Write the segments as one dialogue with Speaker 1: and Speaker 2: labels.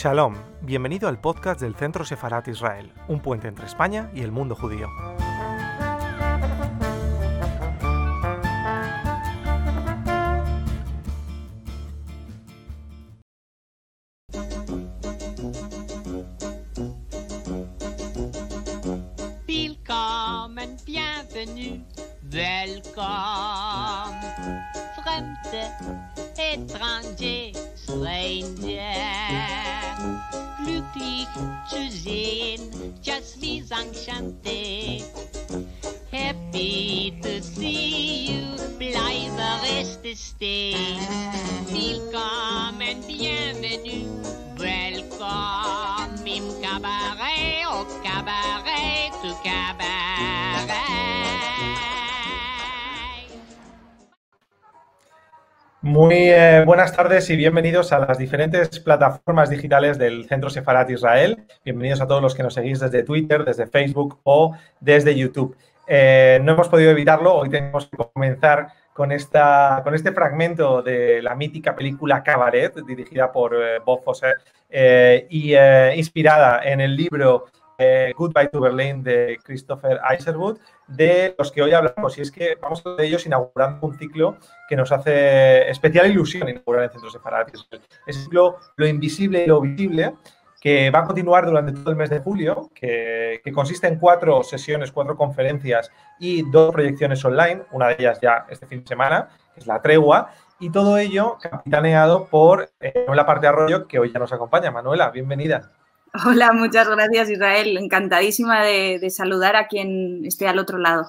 Speaker 1: Shalom, bienvenido al podcast del Centro Sefarat Israel, un puente entre España y el mundo judío.
Speaker 2: Willkommen, bienvenue, welcome. Fremde, étranger, stranger. Glücklich zu sehen, just wie enchanté. Happy to see you, bleibe reste stay. Willkommen, bienvenue, welcome. Im cabaret, au cabaret, tu cabaret.
Speaker 1: Muy buenas tardes y bienvenidos a las diferentes plataformas digitales del Centro Sefarat Israel. Bienvenidos a todos los que nos seguís desde Twitter, desde Facebook o desde YouTube. No hemos podido evitarlo, hoy tenemos que comenzar con este fragmento de la mítica película Cabaret, dirigida por Bob Fosse y inspirada en el libro Goodbye to Berlin de Christopher Isherwood, de los que hoy hablamos. Y es que vamos a hablar de ellos inaugurando un ciclo que nos hace especial ilusión inaugurar en el Centro Sefarat. Es el ciclo Lo Invisible y lo Visible, que va a continuar durante todo el mes de julio, que consiste en 4 sesiones, 4 conferencias y 2 proyecciones online, una de ellas ya este fin de semana, que es La Tregua, y todo ello capitaneado por Manuela Parte Arroyo, que hoy ya nos acompaña. Manuela, bienvenida.
Speaker 3: Hola, muchas gracias, Israel. Encantadísima de saludar a quien esté al otro lado.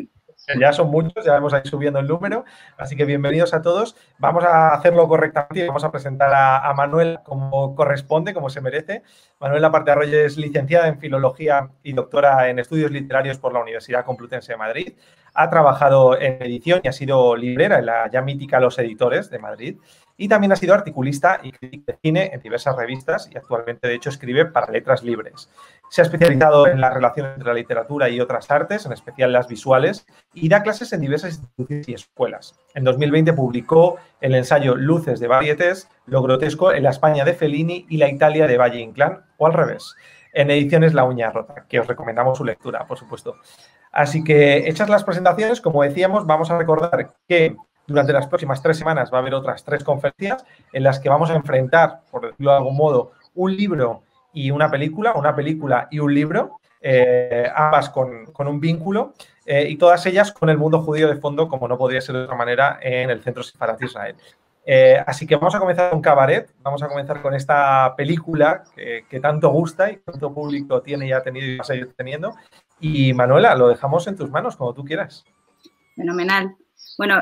Speaker 1: Ya son muchos, ya vamos a ir subiendo el número, así que bienvenidos a todos. Vamos a hacerlo correctamente y vamos a presentar a Manuela como corresponde, como se merece. Manuela Parte Arroyo es licenciada en Filología y doctora en Estudios Literarios por la Universidad Complutense de Madrid. Ha trabajado en edición y ha sido librera en la ya mítica Los Editores de Madrid. Y también ha sido articulista y crítica de cine en diversas revistas y actualmente, de hecho, escribe para Letras Libres. Se ha especializado en la relación entre la literatura y otras artes, en especial las visuales, y da clases en diversas instituciones y escuelas. En 2020 publicó el ensayo Luces de Varietés, lo grotesco en la España de Fellini y la Italia de Valle Inclán, o al revés, en ediciones La Uña Rota, que os recomendamos su lectura, por supuesto. Así que, hechas las presentaciones, como decíamos, vamos a recordar que durante las próximas 3 semanas va a haber otras 3 conferencias en las que vamos a enfrentar, por decirlo de algún modo, un libro y una película y un libro, ambas con un vínculo, y todas ellas con el mundo judío de fondo, como no podría ser de otra manera, en el Centro Sefarat Israel. Así que vamos a comenzar con Cabaret, vamos a comenzar con esta película que tanto gusta y tanto público tiene y ha tenido y va a seguir teniendo. Y Manuela, lo dejamos en tus manos, como tú quieras.
Speaker 3: Fenomenal. Bueno,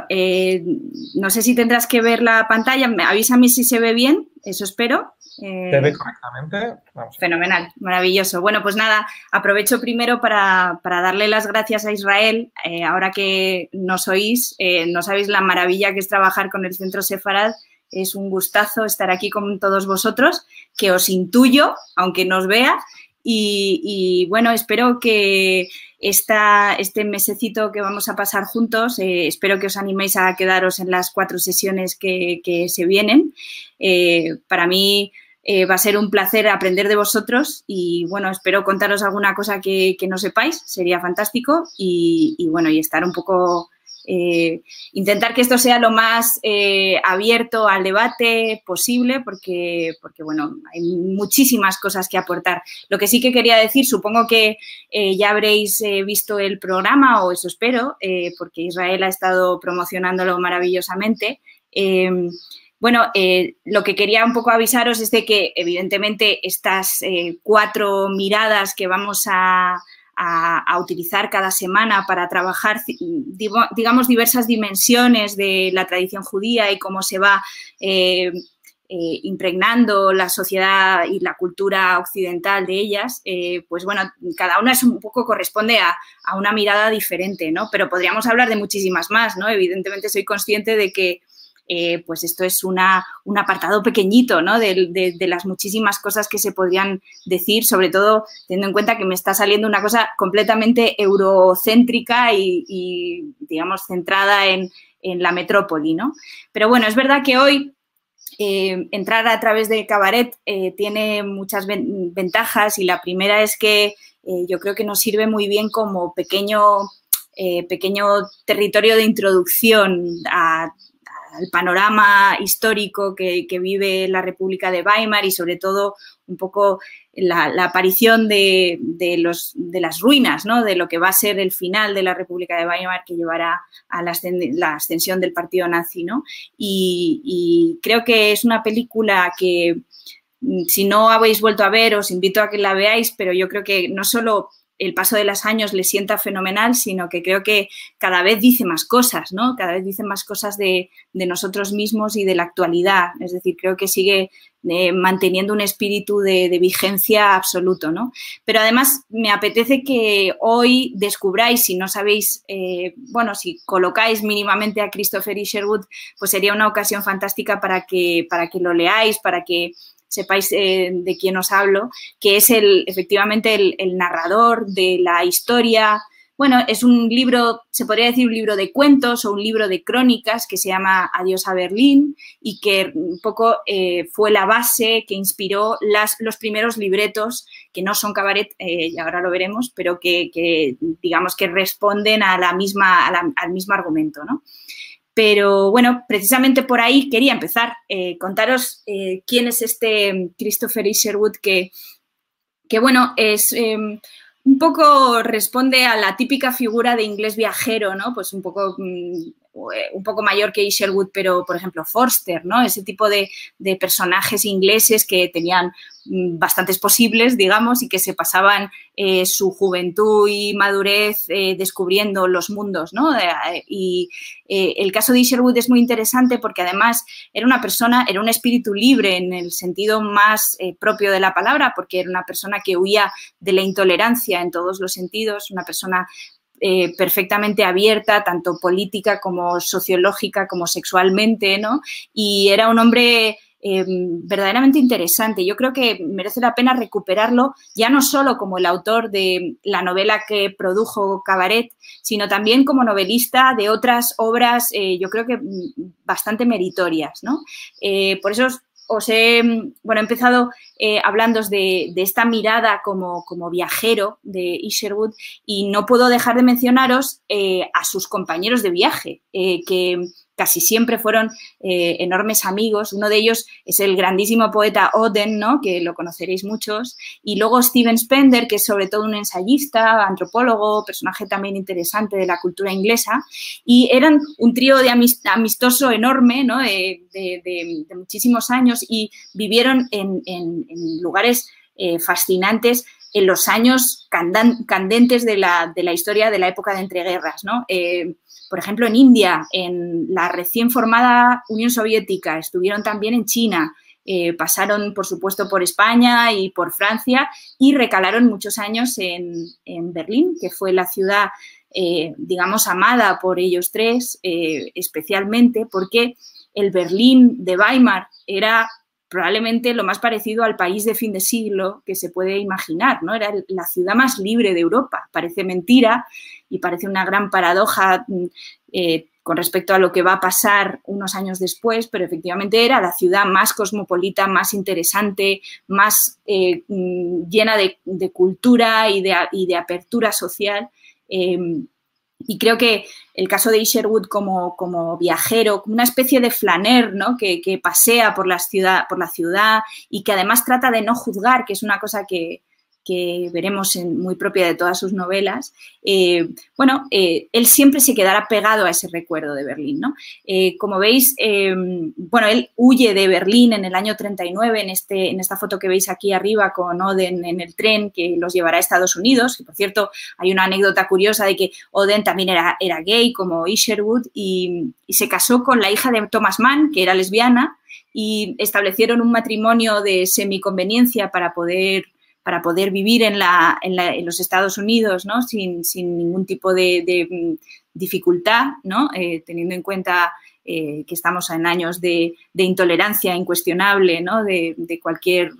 Speaker 3: no sé si tendrás que ver la pantalla. Avísame si se ve bien, eso espero.
Speaker 1: ¿Te ve correctamente? Vamos.
Speaker 3: Fenomenal, maravilloso. Bueno, pues nada, aprovecho primero para darle las gracias a Israel. Ahora que nos oís, no sabéis la maravilla que es trabajar con el Centro Sefarat. Es un gustazo estar aquí con todos vosotros, que os intuyo, aunque no os vea. Y bueno, espero que este mesecito que vamos a pasar juntos, espero que os animéis a quedaros en las 4 sesiones que se vienen. Para mí va a ser un placer aprender de vosotros y, bueno, espero contaros alguna cosa que no sepáis, sería fantástico y bueno, y estar un poco... intentar que esto sea lo más abierto al debate posible porque, bueno, hay muchísimas cosas que aportar. Lo que sí que quería decir, supongo que ya habréis visto el programa, o eso espero, porque Israel ha estado promocionándolo maravillosamente. Bueno, lo que quería un poco avisaros es de que, evidentemente, estas 4 miradas que vamos a utilizar cada semana para trabajar, digamos, diversas dimensiones de la tradición judía y cómo se va impregnando la sociedad y la cultura occidental de ellas, pues bueno, cada una es un poco corresponde a una mirada diferente, ¿no? Pero podríamos hablar de muchísimas más, ¿no? Evidentemente soy consciente de que pues esto es un apartado pequeñito, ¿no? de las muchísimas cosas que se podrían decir, sobre todo teniendo en cuenta que me está saliendo una cosa completamente eurocéntrica y digamos, centrada en la metrópoli, ¿no? Pero bueno, es verdad que hoy entrar a través de Cabaret tiene muchas ventajas y la primera es que yo creo que nos sirve muy bien como pequeño territorio de introducción al panorama histórico que vive la República de Weimar y sobre todo un poco la aparición de las ruinas, ¿no? De lo que va a ser el final de la República de Weimar que llevará a la ascensión del partido nazi, ¿no? Y creo que es una película que, si no habéis vuelto a ver, os invito a que la veáis, pero yo creo que no solo el paso de los años le sienta fenomenal, sino que creo que cada vez dice más cosas, ¿no? Cada vez dice más cosas de nosotros mismos y de la actualidad. Es decir, creo que sigue manteniendo un espíritu de vigencia absoluto, ¿no? Pero además me apetece que hoy descubráis, si no sabéis, bueno, si colocáis mínimamente a Christopher Isherwood, pues sería una ocasión fantástica para que lo leáis, para que sepáis de quién os hablo, que es efectivamente el narrador de la historia. Bueno, es un libro, se podría decir un libro de cuentos o un libro de crónicas que se llama Adiós a Berlín y que un poco fue la base que inspiró los primeros libretos, que no son Cabaret, y ahora lo veremos, pero que digamos que responden a al mismo argumento, ¿no? Pero, bueno, precisamente por ahí quería empezar. Contaros quién es este Christopher Isherwood que bueno, es un poco responde a la típica figura de inglés viajero, ¿no? Pues un poco mayor que Isherwood, pero, por ejemplo, Forster, ¿no? Ese tipo de personajes ingleses que tenían bastantes posibles, digamos, y que se pasaban su juventud y madurez descubriendo los mundos, ¿no? Y el caso de Isherwood es muy interesante porque además era un espíritu libre en el sentido más propio de la palabra, porque era una persona que huía de la intolerancia en todos los sentidos, una persona perfectamente abierta, tanto política como sociológica, como sexualmente, ¿no? Y era un hombre verdaderamente interesante. Yo creo que merece la pena recuperarlo, ya no solo como el autor de la novela que produjo Cabaret, sino también como novelista de otras obras, yo creo que bastante meritorias, ¿no? Por eso os he empezado hablándoos de esta mirada como viajero de Isherwood y no puedo dejar de mencionaros a sus compañeros de viaje, que casi siempre fueron enormes amigos. Uno de ellos es el grandísimo poeta Auden, ¿no? Que lo conoceréis muchos, y luego Stephen Spender, que es sobre todo un ensayista, antropólogo, personaje también interesante de la cultura inglesa, y eran un trío de amistoso enorme, ¿no? de muchísimos años y vivieron en lugares fascinantes en los años candentes de la historia de la época de entreguerras, ¿no? Por ejemplo, en India, en la recién formada Unión Soviética, estuvieron también en China, pasaron, por supuesto, por España y por Francia y recalaron muchos años en Berlín, que fue la ciudad, digamos, amada por ellos tres, especialmente porque el Berlín de Weimar era probablemente lo más parecido al país de fin de siglo que se puede imaginar, ¿no? Era la ciudad más libre de Europa. Parece mentira y parece una gran paradoja con respecto a lo que va a pasar unos años después, pero efectivamente era la ciudad más cosmopolita, más interesante, más llena de cultura y de apertura social. Y creo que el caso de Isherwood como viajero, como una especie de flaner, ¿no? que pasea por la ciudad y que además trata de no juzgar, que es una cosa que veremos muy propia de todas sus novelas, él siempre se quedará pegado a ese recuerdo de Berlín, ¿no? Como veis, él huye de Berlín en el año 39, en esta foto que veis aquí arriba con Auden en el tren que los llevará a Estados Unidos, que por cierto hay una anécdota curiosa de que Auden también era gay como Isherwood y se casó con la hija de Thomas Mann, que era lesbiana, y establecieron un matrimonio de semiconveniencia para poder vivir en los Estados Unidos, ¿no? sin ningún tipo de dificultad, ¿no? Teniendo en cuenta que estamos en años de intolerancia incuestionable, ¿no? de cualquier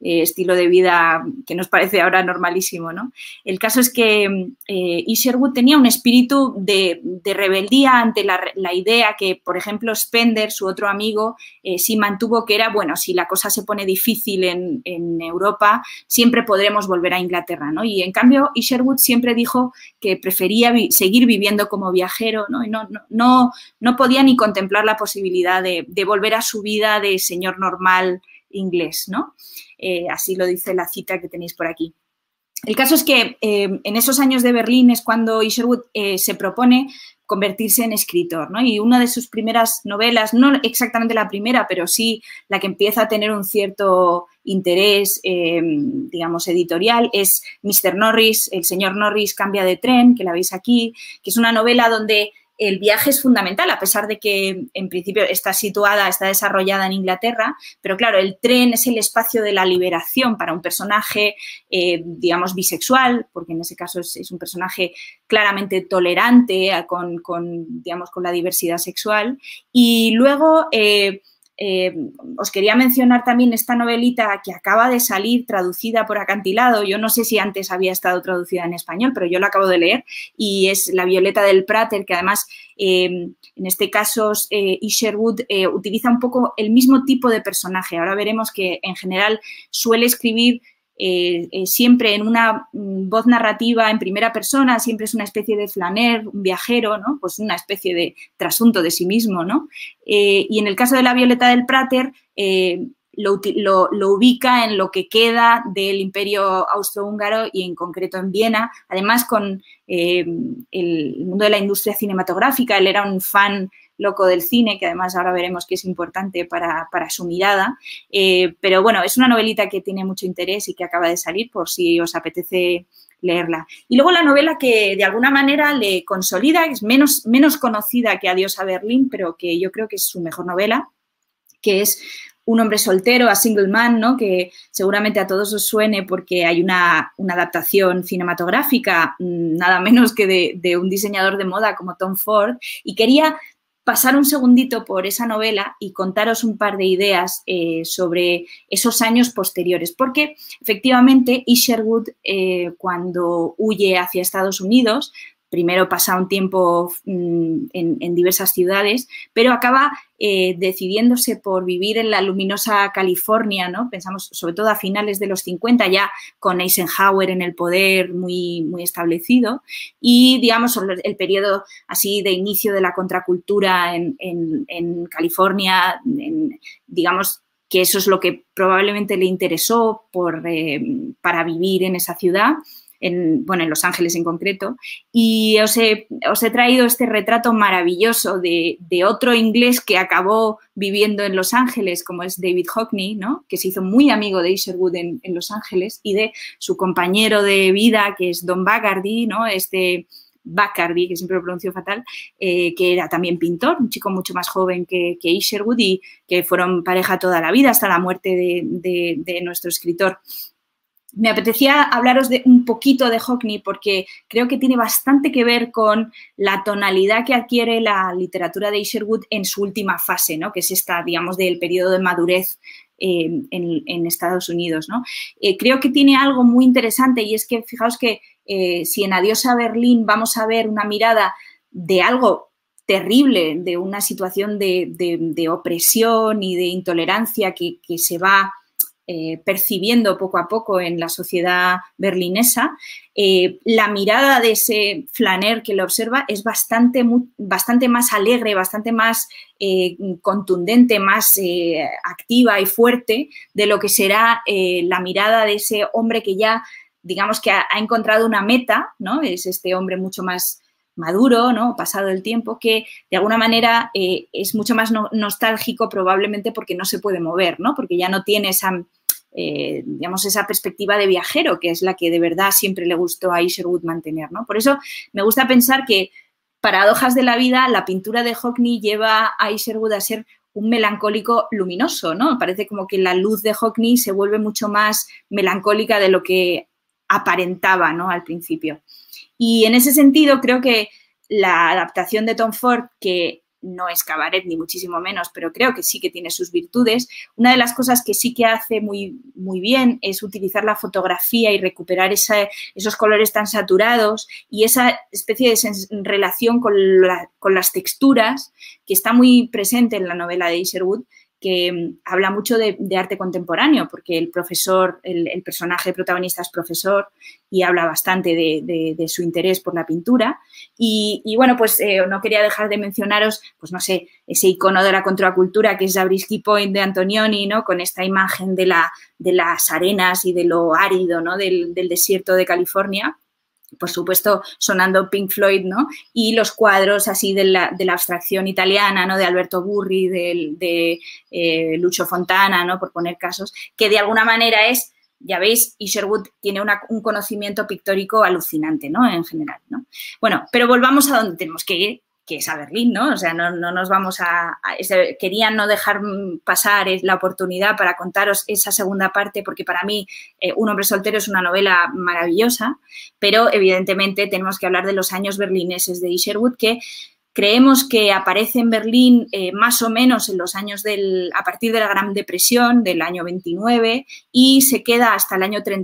Speaker 3: estilo de vida que nos parece ahora normalísimo, ¿no? El caso es que Isherwood tenía un espíritu de rebeldía ante la idea que, por ejemplo, Spender, su otro amigo, sí mantuvo, que era, bueno, si la cosa se pone difícil en Europa, siempre podremos volver a Inglaterra, ¿no? Y en cambio, Isherwood siempre dijo que prefería seguir viviendo como viajero, ¿no? Y no podía ni contemplar la posibilidad de volver a su vida de señor normal inglés, ¿no? Así lo dice la cita que tenéis por aquí. El caso es que en esos años de Berlín es cuando Isherwood se propone convertirse en escritor, ¿no? Y una de sus primeras novelas, no exactamente la primera, pero sí la que empieza a tener un cierto interés, digamos, editorial, es Mr. Norris, el señor Norris cambia de tren, que la veis aquí, que es una novela donde el viaje es fundamental, a pesar de que en principio está desarrollada en Inglaterra, pero claro, el tren es el espacio de la liberación para un personaje, digamos, bisexual, porque en ese caso es un personaje claramente tolerante digamos, con la diversidad sexual. Y luego os quería mencionar también esta novelita que acaba de salir traducida por Acantilado. Yo no sé si antes había estado traducida en español, pero yo la acabo de leer y es La Violeta del Prater, que además en este caso Isherwood utiliza un poco el mismo tipo de personaje. Ahora veremos que en general suele escribir siempre en una voz narrativa en primera persona, siempre es una especie de flaner, un viajero, ¿no? Pues una especie de trasunto de sí mismo, ¿no? Y en el caso de La Violeta del Prater, lo ubica en lo que queda del Imperio Austrohúngaro y en concreto en Viena, además con el mundo de la industria cinematográfica. Él era un fan loco del cine, que además ahora veremos que es importante para su mirada, pero bueno, es una novelita que tiene mucho interés y que acaba de salir por si os apetece leerla. Y luego la novela que de alguna manera le consolida, es menos conocida que Adiós a Berlín, pero que yo creo que es su mejor novela, que es Un hombre soltero, A Single Man, ¿no? Que seguramente a todos os suene porque hay una adaptación cinematográfica, nada menos que de un diseñador de moda como Tom Ford, y quería pasar un segundito por esa novela y contaros un par de ideas sobre esos años posteriores, porque efectivamente Isherwood cuando huye hacia Estados Unidos, primero pasa un tiempo en diversas ciudades, pero acaba decidiéndose por vivir en la luminosa California, ¿no? Pensamos sobre todo a finales de los 50, ya con Eisenhower en el poder muy, muy establecido, y digamos el periodo así de inicio de la contracultura en California, digamos que eso es lo que probablemente le interesó para vivir en esa ciudad. En Los Ángeles en concreto, y os he traído este retrato maravilloso de otro inglés que acabó viviendo en Los Ángeles, como es David Hockney, ¿no? Que se hizo muy amigo de Isherwood en Los Ángeles, y de su compañero de vida, que es Don Baggardy, ¿no? Baccardy, que siempre lo pronuncio fatal, que era también pintor, un chico mucho más joven que Isherwood y que fueron pareja toda la vida hasta la muerte de nuestro escritor. Me apetecía hablaros un poquito de Hockney porque creo que tiene bastante que ver con la tonalidad que adquiere la literatura de Isherwood en su última fase, ¿no? Que es esta, digamos, del periodo de madurez en Estados Unidos, ¿no? Creo que tiene algo muy interesante y es que, fijaos que si en Adiós a Berlín vamos a ver una mirada de algo terrible, de una situación de opresión y de intolerancia que se va percibiendo poco a poco en la sociedad berlinesa, la mirada de ese flaner que lo observa es bastante más alegre, bastante más contundente, más activa y fuerte de lo que será la mirada de ese hombre que ya, digamos que ha encontrado una meta, ¿no? Es este hombre mucho más maduro, ¿no? Pasado el tiempo, que de alguna manera es mucho más nostálgico probablemente porque no se puede mover, ¿no? Porque ya no tiene esa, digamos, esa perspectiva de viajero, que es la que de verdad siempre le gustó a Isherwood mantener, ¿no? Por eso me gusta pensar que, paradojas de la vida, la pintura de Hockney lleva a Isherwood a ser un melancólico luminoso, ¿no? Parece como que la luz de Hockney se vuelve mucho más melancólica de lo que aparentaba, ¿no? Al principio. Y en ese sentido creo que la adaptación de Tom Ford, que no es cabaret ni muchísimo menos, pero creo que sí que tiene sus virtudes. Una de las cosas que sí que hace muy, muy bien es utilizar la fotografía y recuperar esos colores tan saturados y esa especie de relación con las texturas que está muy presente en la novela de Isherwood, que habla mucho de arte contemporáneo, porque el profesor, el personaje protagonista es profesor y habla bastante de su interés por la pintura. Y bueno, pues no quería dejar de mencionaros, pues no sé, ese icono de la contracultura que es Zabriskie Point de Antonioni, ¿no? Con esta imagen de las arenas y de lo árido, ¿no? del desierto de California. Por supuesto, sonando Pink Floyd, ¿no? Y los cuadros así de la abstracción italiana, ¿no? De Alberto Burri, de Lucio Fontana, ¿no? Por poner casos, que de alguna manera es, ya veis, Isherwood tiene un conocimiento pictórico alucinante, ¿no? En general, ¿no? Bueno, pero volvamos a donde tenemos que ir, que es a Berlín, ¿no? O sea, no nos vamos quería no dejar pasar la oportunidad para contaros esa segunda parte, porque para mí Un hombre soltero es una novela maravillosa, pero evidentemente tenemos que hablar de los años berlineses de Isherwood, que creemos que aparece en Berlín más o menos en los años a partir de la Gran Depresión del año 29 y se queda hasta el año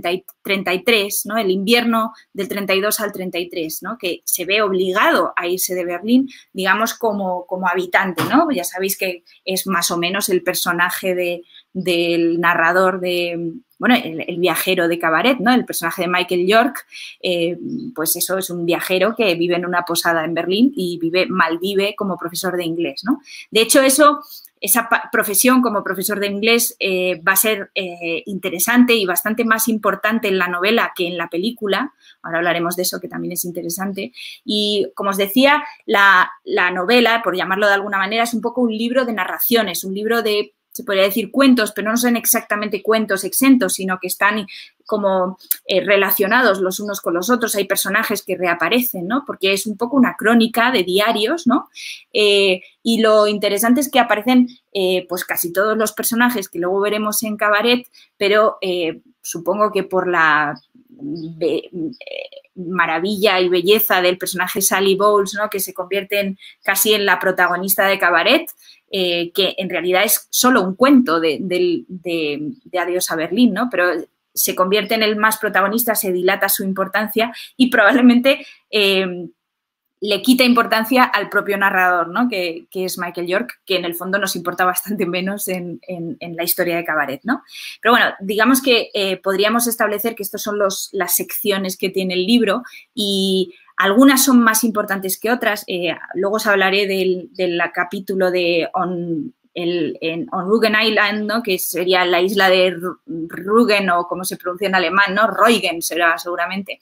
Speaker 3: 33, ¿no? El invierno del 32 al 33, ¿no? Que se ve obligado a irse de Berlín, digamos, como habitante, ¿no? Ya sabéis que es más o menos el personaje del narrador bueno, el viajero de cabaret, ¿no? El personaje de Michael York, pues eso, es un viajero que vive en una posada en Berlín y malvive como profesor de inglés, ¿no? De hecho, esa profesión como profesor de inglés va a ser interesante y bastante más importante en la novela que en la película. Ahora hablaremos de eso, que también es interesante. Y, como os decía, la novela, por llamarlo de alguna manera, es un poco un libro de narraciones, un libro de, se podría decir, cuentos, pero no son exactamente cuentos exentos, sino que están como relacionados los unos con los otros. Hay personajes que reaparecen, ¿no? Porque es un poco una crónica de diarios, ¿no? Y lo interesante es que aparecen pues casi todos los personajes que luego veremos en Cabaret, pero supongo que por la maravilla y belleza del personaje Sally Bowles, ¿no? Que se convierte casi en la protagonista de Cabaret, que en realidad es solo un cuento de Adiós a Berlín, ¿no? Pero se convierte en el más protagonista, se dilata su importancia y probablemente le quita importancia al propio narrador, ¿no? Que es Michael York, que en el fondo nos importa bastante menos en la historia de Cabaret, ¿no? Pero bueno, digamos que podríamos establecer que estas son las secciones que tiene el libro y algunas son más importantes que otras. Luego os hablaré del capítulo de On Rügen Island, ¿no? Que sería la isla de Rügen, o como se pronuncia en alemán, ¿no? Rügen será seguramente.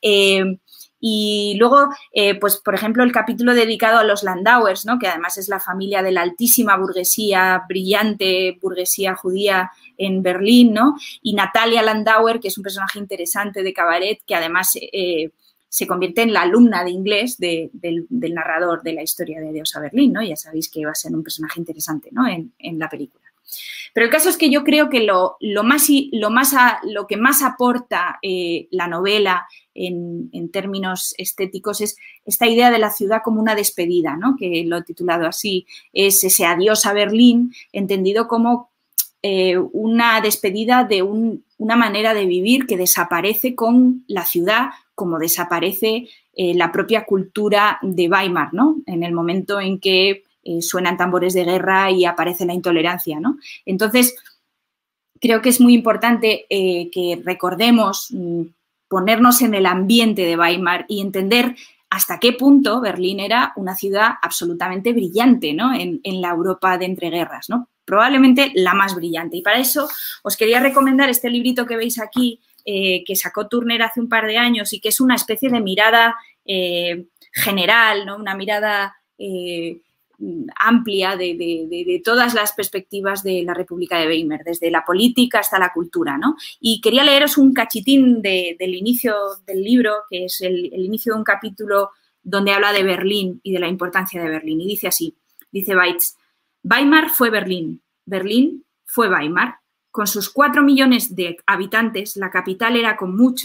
Speaker 3: Y luego, pues, por ejemplo, el capítulo dedicado a los Landauers, ¿no? Que además es la familia de la altísima burguesía, brillante burguesía judía en Berlín, ¿no? Y Natalia Landauer, que es un personaje interesante de Cabaret, que además se convierte en la alumna de inglés del narrador de la historia de Adiós a Berlín, ¿no? Ya sabéis que va a ser un personaje interesante, ¿no? En la película. Pero el caso es que yo creo que lo que más aporta la novela en términos estéticos es esta idea de la ciudad como una despedida, ¿no? Que lo he titulado así, es ese adiós a Berlín, entendido como una despedida de una manera de vivir que desaparece con la ciudad, como desaparece la propia cultura de Weimar, ¿no? En el momento en que suenan tambores de guerra y aparece la intolerancia, ¿no? Entonces, creo que es muy importante que recordemos, ponernos en el ambiente de Weimar y entender hasta qué punto Berlín era una ciudad absolutamente brillante, ¿no? En la Europa de entreguerras, ¿no? Probablemente la más brillante. Y para eso os quería recomendar este librito que veis aquí, que sacó Turner hace un par de años y que es una especie de mirada general, ¿no? Una mirada amplia de todas las perspectivas de la República de Weimar, desde la política hasta la cultura, ¿no? Y quería leeros un cachitín del inicio del libro, que es el inicio de un capítulo donde habla de Berlín y de la importancia de Berlín. Y dice así, dice Weitz: Weimar fue Berlín, Berlín fue Weimar. Con sus 4 millones de habitantes, la capital era con mucho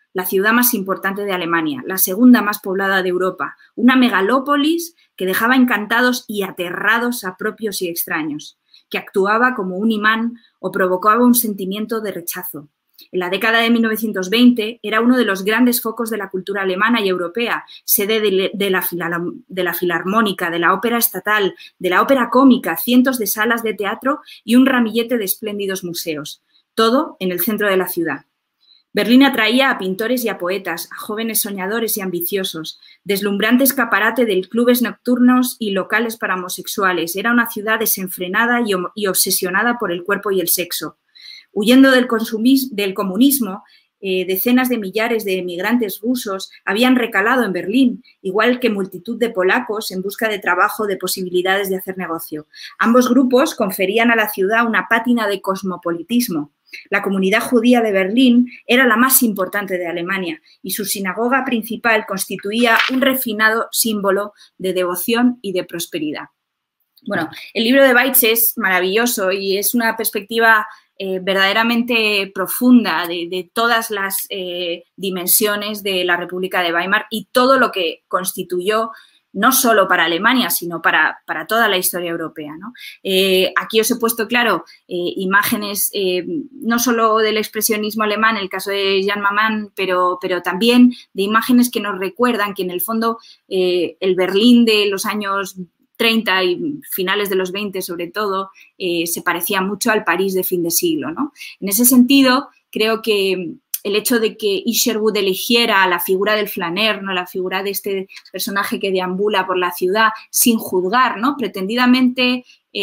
Speaker 3: la ciudad más importante de Alemania, la segunda más poblada de Europa, una megalópolis que dejaba encantados y aterrados a propios y extraños, que actuaba como un imán o provocaba un sentimiento de rechazo. En la década de 1920 era uno de los grandes focos de la cultura alemana y europea, sede de la Filarmónica, de la Ópera Estatal, de la Ópera Cómica, cientos de salas de teatro y un ramillete de espléndidos museos, todo en el centro de la ciudad. Berlín atraía a pintores y a poetas, a jóvenes soñadores y ambiciosos, deslumbrante escaparate de clubes nocturnos y locales para homosexuales. Era una ciudad desenfrenada y obsesionada por el cuerpo y el sexo. Huyendo del comunismo, decenas de millares de emigrantes rusos habían recalado en Berlín, igual que multitud de polacos en busca de trabajo, de posibilidades de hacer negocio. Ambos grupos conferían a la ciudad una pátina de cosmopolitismo. La comunidad judía de Berlín era la más importante de Alemania y su sinagoga principal constituía un refinado símbolo de devoción y de prosperidad. Bueno, el libro de Weitz es maravilloso y es una perspectiva verdaderamente profunda de todas las dimensiones de la República de Weimar y todo lo que constituyó no solo para Alemania, sino para toda la historia europea, ¿no? Aquí os he puesto, claro, imágenes no solo del expresionismo alemán, el caso de Jan Maman, pero también de imágenes que nos recuerdan que en el fondo el Berlín de los años 30 y finales de los 20 sobre todo, se parecía mucho al París de fin de siglo, ¿no? En ese sentido, creo que el hecho de que Isherwood eligiera a la figura del flaner, ¿no? La figura de este personaje que deambula por la ciudad sin juzgar, ¿no? Pretendidamente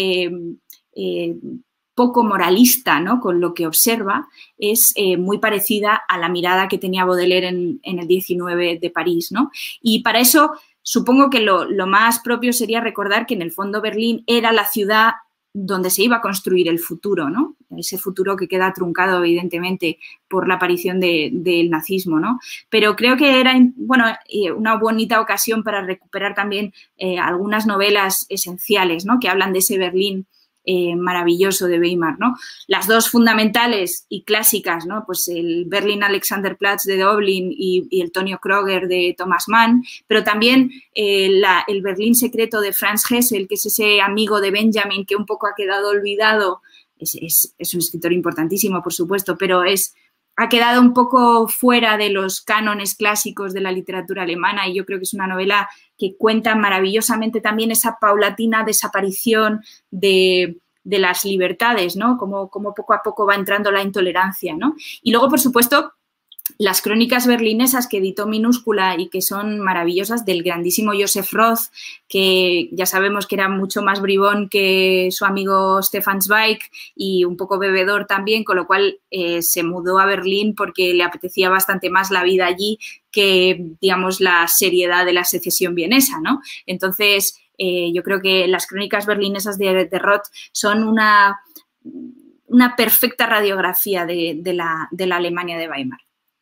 Speaker 3: poco moralista, ¿no? Con lo que observa, es muy parecida a la mirada que tenía Baudelaire en el 19 de París, ¿no? Y para eso supongo que lo más propio sería recordar que en el fondo Berlín era la ciudad donde se iba a construir el futuro, ¿no? Ese futuro que queda truncado, evidentemente, por la aparición del nazismo, ¿no? Pero creo que era, bueno, una bonita ocasión para recuperar también algunas novelas esenciales, ¿no? Que hablan de ese Berlín maravilloso de Weimar, ¿no? Las dos fundamentales y clásicas, ¿no? Pues el Berlin Alexanderplatz de Döblin y el Tonio Kröger de Thomas Mann, pero también el Berlín secreto de Franz Hessel, que es ese amigo de Benjamin que un poco ha quedado olvidado. Es un escritor importantísimo, por supuesto, pero ha quedado un poco fuera de los cánones clásicos de la literatura alemana y yo creo que es una novela que cuenta maravillosamente también esa paulatina desaparición de las libertades, ¿no? Como poco a poco va entrando la intolerancia, ¿no? Y luego, por supuesto, las crónicas berlinesas que editó Minúscula y que son maravillosas del grandísimo Josef Roth, que ya sabemos que era mucho más bribón que su amigo Stefan Zweig y un poco bebedor también, con lo cual se mudó a Berlín porque le apetecía bastante más la vida allí que, digamos, la seriedad de la secesión vienesa, ¿no? Entonces, yo creo que las crónicas berlinesas de Roth son una perfecta radiografía de la Alemania de Weimar.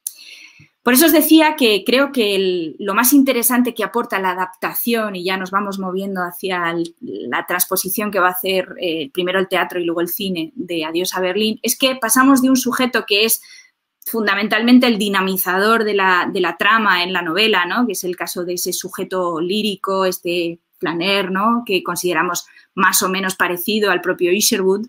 Speaker 3: Por eso os decía que creo que lo más interesante que aporta la adaptación, y ya nos vamos moviendo hacia la transposición que va a hacer primero el teatro y luego el cine de Adiós a Berlín, es que pasamos de un sujeto que es fundamentalmente el dinamizador de la trama en la novela, ¿no? Que es el caso de ese sujeto lírico, este flaner, ¿no? Que consideramos más o menos parecido al propio Isherwood,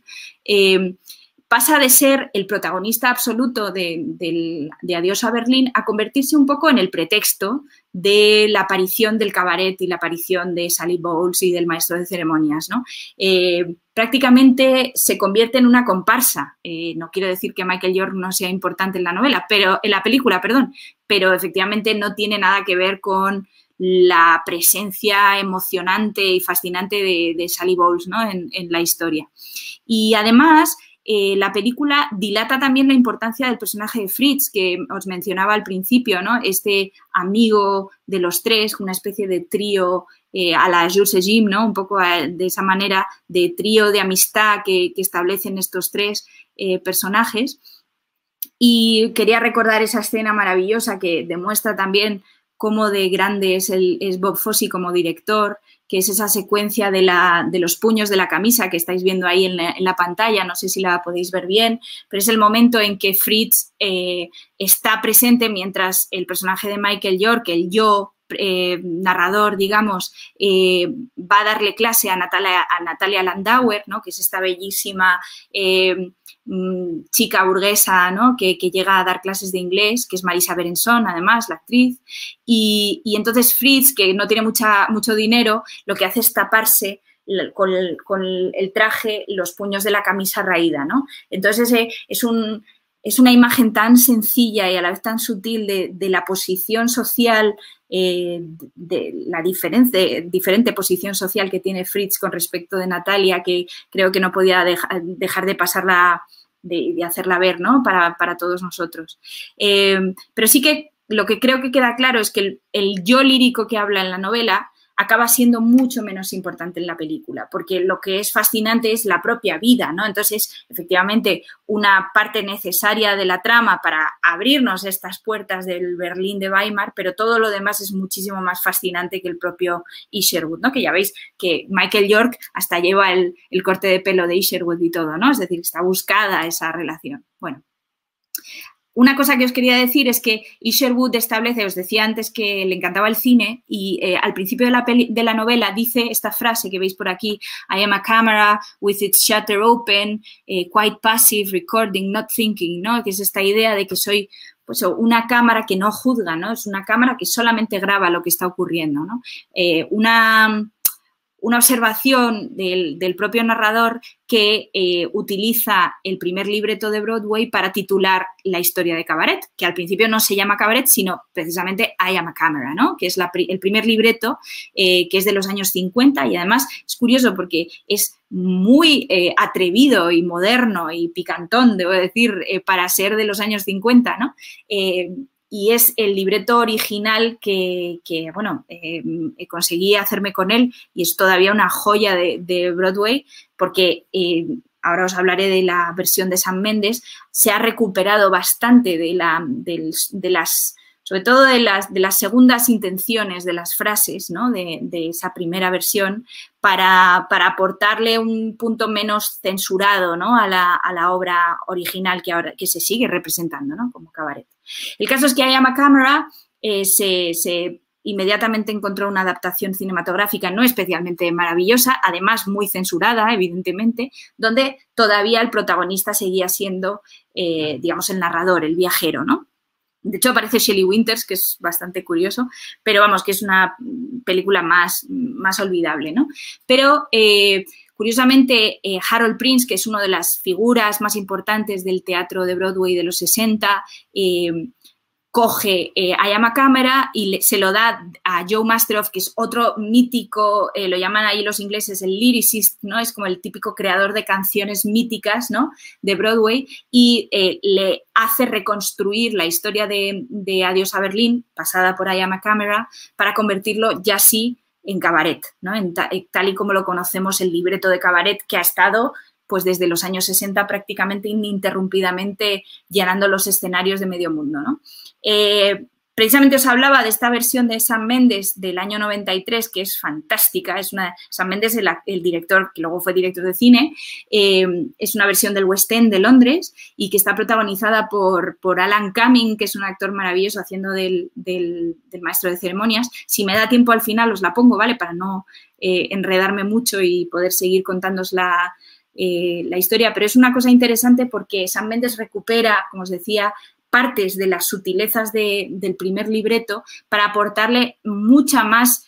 Speaker 3: pasa de ser el protagonista absoluto de Adiós a Berlín a convertirse un poco en el pretexto de la aparición del cabaret y la aparición de Sally Bowles y del maestro de ceremonias, ¿no? Prácticamente se convierte en una comparsa. No quiero decir que Michael York no sea importante en la película, pero efectivamente no tiene nada que ver con la presencia emocionante y fascinante de Sally Bowles, ¿no? en la historia. Y además, la película dilata también la importancia del personaje de Fritz, que os mencionaba al principio, ¿no? Este amigo de los tres, una especie de trío a la Jules et Jim, ¿no? Un poco de esa manera de trío de amistad que establecen estos tres personajes. Y quería recordar esa escena maravillosa que demuestra también cómo de grande es Bob Fosse como director, que es esa secuencia de los puños de la camisa que estáis viendo ahí en la pantalla, no sé si la podéis ver bien, pero es el momento en que Fritz está presente mientras el personaje de Michael York, el yo narrador, digamos, va a darle clase a Natalia Landauer, ¿no? Que es esta bellísima chica burguesa, ¿no? que llega a dar clases de inglés, que es Marisa Berenson, además, la actriz. Y entonces Fritz, que no tiene mucho dinero, lo que hace es taparse con el traje los puños de la camisa raída, ¿no? Entonces es una imagen tan sencilla y a la vez tan sutil de la posición social, de la diferente posición social que tiene Fritz con respecto de Natalia, que creo que no podía dejar de pasarla, de hacerla ver, ¿no? Para todos nosotros. Pero sí que lo que creo que queda claro es que el yo lírico que habla en la novela acaba siendo mucho menos importante en la película, porque lo que es fascinante es la propia vida, ¿no? Entonces, efectivamente, una parte necesaria de la trama para abrirnos estas puertas del Berlín de Weimar, pero todo lo demás es muchísimo más fascinante que el propio Isherwood, ¿no? Que ya veis que Michael York hasta lleva el corte de pelo de Isherwood y todo, ¿no? Es decir, está buscada esa relación. Bueno. Una cosa que os quería decir es que Isherwood establece, os decía antes que le encantaba el cine y al principio de la novela dice esta frase que veis por aquí, I am a camera with its shutter open, quite passive, recording, not thinking, ¿no? Que es esta idea de que soy pues, una cámara que no juzga, ¿no? Es una cámara que solamente graba lo que está ocurriendo, ¿no? Una observación del propio narrador que utiliza el primer libreto de Broadway para titular la historia de Cabaret, que al principio no se llama Cabaret, sino precisamente I Am a Camera, ¿no? Que es el primer libreto que es de los años 50 y además es curioso porque es muy atrevido y moderno y picantón, debo decir, para ser de los años 50, ¿no? Y es el libreto original que bueno, conseguí hacerme con él y es todavía una joya de Broadway porque ahora os hablaré de la versión de Sam Mendes, se ha recuperado bastante de las sobre todo de las segundas intenciones de las frases, ¿no? de esa primera versión para aportarle un punto menos censurado, ¿no? a la obra original que se sigue representando, ¿no? Como Cabaret. El caso es que I Am a Camera se inmediatamente encontró una adaptación cinematográfica no especialmente maravillosa, además muy censurada, evidentemente, donde todavía el protagonista seguía siendo, digamos, el narrador, el viajero, ¿no? De hecho, aparece Shelley Winters, que es bastante curioso, pero vamos, que es una película más olvidable, ¿no? Pero, curiosamente, Harold Prince, que es una de las figuras más importantes del teatro de Broadway de los 60, coge I Am a Camera y se lo da a Joe Masteroff, que es otro mítico, lo llaman ahí los ingleses el lyricist, ¿no? Es como el típico creador de canciones míticas, ¿no? De Broadway y le hace reconstruir la historia de Adiós a Berlín, pasada por I Am a Camera, para convertirlo ya sí en Cabaret, ¿no? Tal y como lo conocemos el libreto de Cabaret, que ha estado pues desde los años 60 prácticamente ininterrumpidamente llenando los escenarios de medio mundo, ¿no? Precisamente os hablaba de esta versión de Sam Mendes del año 93, que es fantástica. Sam Mendes, el director, que luego fue director de cine, es una versión del West End de Londres y que está protagonizada por Alan Cumming, que es un actor maravilloso haciendo del maestro de ceremonias. Si me da tiempo al final os la pongo, ¿vale? Para no enredarme mucho y poder seguir contándoos la historia. Pero es una cosa interesante porque Sam Mendes recupera, como os decía, partes de las sutilezas del primer libreto para aportarle mucha más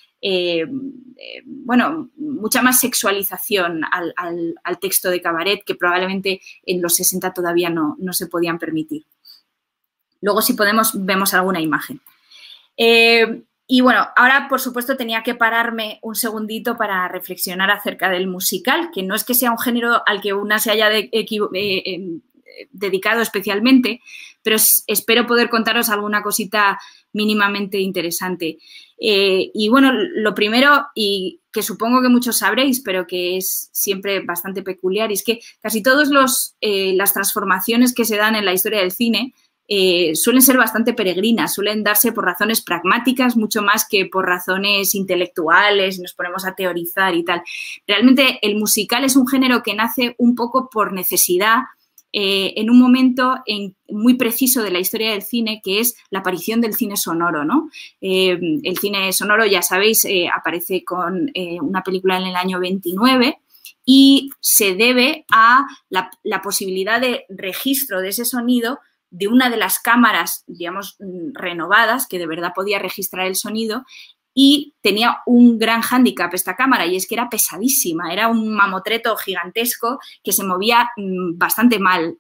Speaker 3: sexualización al texto de Cabaret que probablemente en los 60 todavía no se podían permitir. Luego, si podemos, vemos alguna imagen. Y bueno, ahora, por supuesto, tenía que pararme un segundito para reflexionar acerca del musical, que no es que sea un género al que una se haya dedicado especialmente, pero espero poder contaros alguna cosita mínimamente interesante. Y bueno, lo primero, y que supongo que muchos sabréis, pero que es siempre bastante peculiar, es que casi todas las transformaciones que se dan en la historia del cine suelen ser bastante peregrinas, suelen darse por razones pragmáticas mucho más que por razones intelectuales, nos ponemos a teorizar y tal. Realmente el musical es un género que nace un poco por necesidad, en un momento muy preciso de la historia del cine, que es la aparición del cine sonoro, ¿no? El cine sonoro, ya sabéis, aparece con una película en el año 29 y se debe a la posibilidad de registro de ese sonido de una de las cámaras, digamos, renovadas, que de verdad podía registrar el sonido. Y tenía un gran hándicap esta cámara, y es que era pesadísima, era un mamotreto gigantesco que se movía bastante mal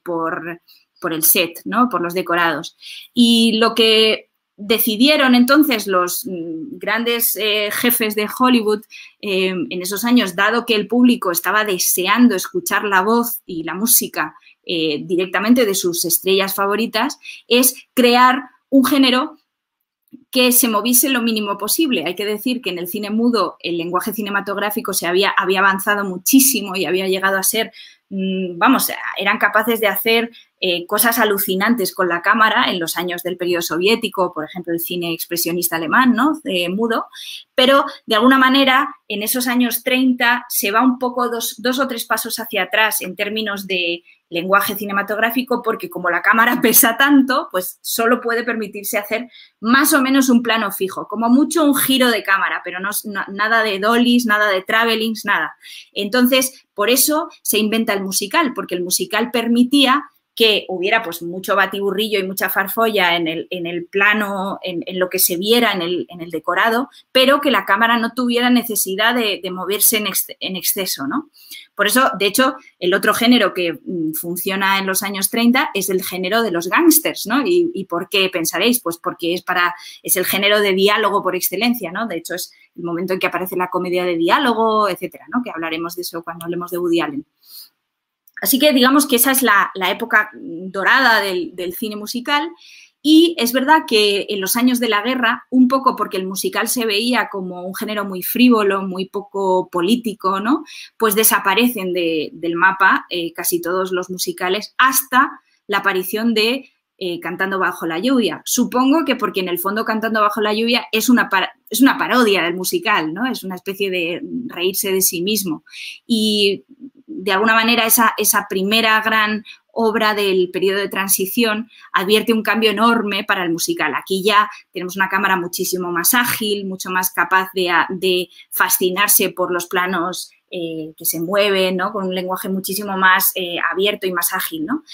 Speaker 3: por el set, ¿no? Por los decorados. Y lo que decidieron entonces los grandes jefes de Hollywood en esos años, dado que el público estaba deseando escuchar la voz y la música directamente de sus estrellas favoritas, es crear un género que se moviese lo mínimo posible. Hay que decir que en el cine mudo el lenguaje cinematográfico había avanzado muchísimo y había llegado a ser, eran capaces de hacer cosas alucinantes con la cámara en los años del periodo soviético, por ejemplo, el cine expresionista alemán, ¿no? Mudo, pero de alguna manera en esos años 30 se va un poco dos o tres pasos hacia atrás en términos de lenguaje cinematográfico, porque como la cámara pesa tanto, pues solo puede permitirse hacer más o menos un plano fijo, como mucho un giro de cámara, pero nada de dollies, nada de travelings, nada. Entonces, por eso se inventa el musical, porque el musical permitía que hubiera pues mucho batiburrillo y mucha farfolla en el plano, en lo que se viera en el decorado, pero que la cámara no tuviera necesidad de moverse en exceso, ¿no? Por eso, de hecho, el otro género que funciona en los años 30 es el género de los gángsters, ¿no? ¿Y por qué pensaréis? Pues porque es el género de diálogo por excelencia, ¿no? De hecho, es el momento en que aparece la comedia de diálogo, etcétera, ¿no? Que hablaremos de eso cuando hablemos de Woody Allen. Así que digamos que esa es la época dorada del cine musical, y es verdad que en los años de la guerra, un poco porque el musical se veía como un género muy frívolo, muy poco político, ¿no? Pues desaparecen del mapa casi todos los musicales hasta la aparición de Cantando bajo la lluvia. Supongo que porque en el fondo Cantando bajo la lluvia es una parodia del musical, ¿no? Es una especie de reírse de sí mismo. Y de alguna manera esa primera gran obra del periodo de transición advierte un cambio enorme para el musical. Aquí ya tenemos una cámara muchísimo más ágil, mucho más capaz de fascinarse por los planos que se mueven, ¿no? Con un lenguaje muchísimo más abierto y más ágil, ¿no?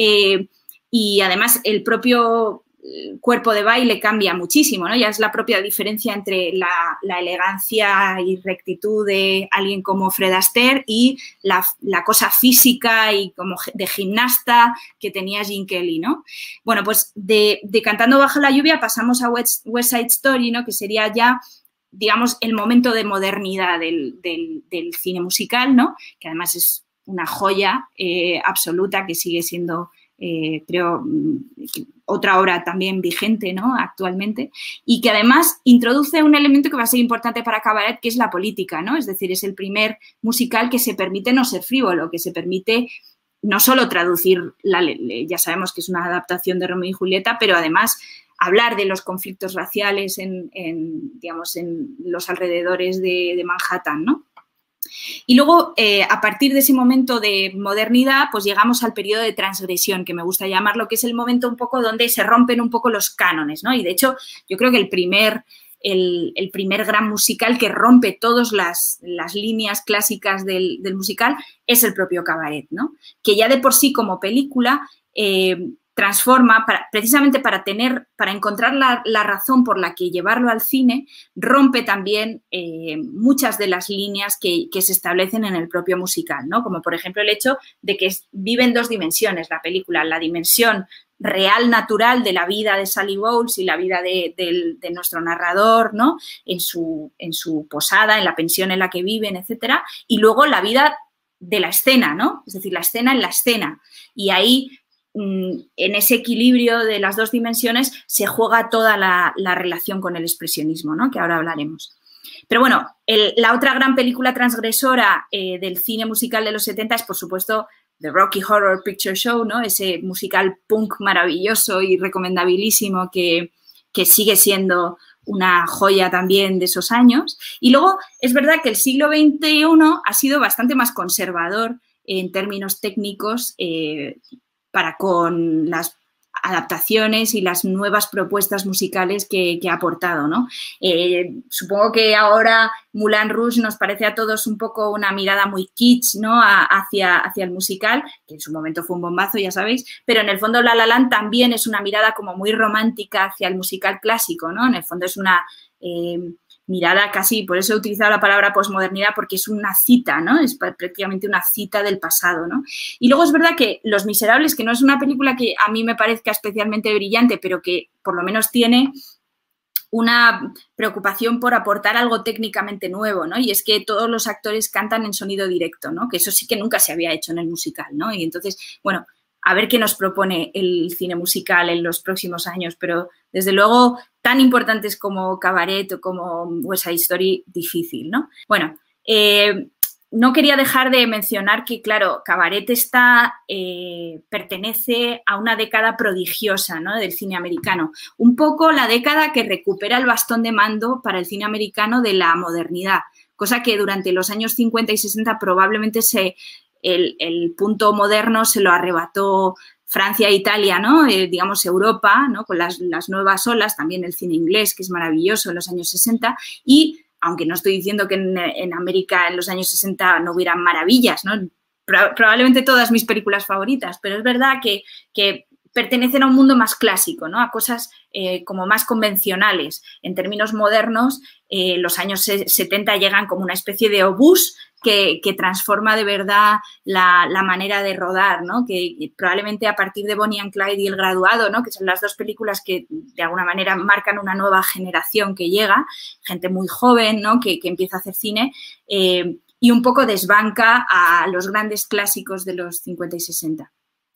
Speaker 3: Y además el propio cuerpo de baile cambia muchísimo, ¿no? Ya es la propia diferencia entre la elegancia y rectitud de alguien como Fred Astaire y la cosa física y como de gimnasta que tenía Gene Kelly, ¿no? Bueno, pues de Cantando bajo la lluvia pasamos a West Side Story, ¿no? Que sería ya, digamos, el momento de modernidad del cine musical, ¿no? Que además es una joya absoluta que sigue siendo creo, otra obra también vigente, ¿no? Actualmente, y que además introduce un elemento que va a ser importante para Cabaret, que es la política, ¿no? Es decir, es el primer musical que se permite no ser frívolo, que se permite no solo traducir, ya sabemos que es una adaptación de Romeo y Julieta, pero además hablar de los conflictos raciales digamos, en los alrededores de Manhattan, ¿no? Y luego, a partir de ese momento de modernidad, pues llegamos al periodo de transgresión, que me gusta llamarlo, que es el momento un poco donde se rompen un poco los cánones, ¿no? Y de hecho, yo creo que el primer gran musical que rompe todas las líneas clásicas del musical es el propio Cabaret, ¿no? Que ya de por sí como película transforma, precisamente para encontrar la razón por la que llevarlo al cine, rompe también muchas de las líneas que se establecen en el propio musical, ¿no? Como por ejemplo el hecho de que vive en dos dimensiones la película, la dimensión real, natural de la vida de Sally Bowles y la vida de nuestro narrador, ¿no? En su posada, en la pensión en la que viven, etcétera, y luego la vida de la escena, ¿no? Es decir, la escena en la escena. Y ahí, en ese equilibrio de las dos dimensiones, se juega toda la relación con el expresionismo, ¿no? Que ahora hablaremos. Pero bueno, la otra gran película transgresora del cine musical de los 70 es, por supuesto, The Rocky Horror Picture Show, ¿no? Ese musical punk maravilloso y recomendabilísimo que sigue siendo una joya también de esos años. Y luego es verdad que el siglo XXI ha sido bastante más conservador en términos técnicos para con las adaptaciones y las nuevas propuestas musicales que ha aportado, ¿no? Supongo que ahora Moulin Rouge nos parece a todos un poco una mirada muy kitsch, ¿no? hacia el musical, que en su momento fue un bombazo, ya sabéis, pero en el fondo La La Land también es una mirada como muy romántica hacia el musical clásico, ¿no? En el fondo es una mirada casi, por eso he utilizado la palabra posmodernidad, porque es una cita, ¿no? Es prácticamente una cita del pasado, ¿no? Y luego es verdad que Los Miserables, que no es una película que a mí me parezca especialmente brillante, pero que por lo menos tiene una preocupación por aportar algo técnicamente nuevo, ¿no? Y es que todos los actores cantan en sonido directo, ¿no? Que eso sí que nunca se había hecho en el musical, ¿no? Y entonces, bueno, a ver qué nos propone el cine musical en los próximos años, pero desde luego tan importantes como Cabaret o como West Side Story, difícil, ¿no? Bueno, no quería dejar de mencionar que, claro, Cabaret pertenece a una década prodigiosa, ¿no? Del cine americano. Un poco la década que recupera el bastón de mando para el cine americano de la modernidad, cosa que durante los años 50 y 60 probablemente el punto moderno se lo arrebató Francia e Italia, ¿no? Digamos Europa, ¿no? Con las nuevas olas, también el cine inglés, que es maravilloso en los años 60, y aunque no estoy diciendo que en América en los años 60 no hubieran maravillas, ¿no? Probablemente todas mis películas favoritas, pero es verdad que pertenecen a un mundo más clásico, ¿no? A cosas como más convencionales. En términos modernos, los años 70 llegan como una especie de obús que transforma de verdad la manera de rodar, ¿no? Que probablemente a partir de Bonnie and Clyde y El Graduado, ¿no? Que son las dos películas que de alguna manera marcan una nueva generación que llega, gente muy joven, ¿no? Que empieza a hacer cine y un poco desbanca a los grandes clásicos de los 50 y 60.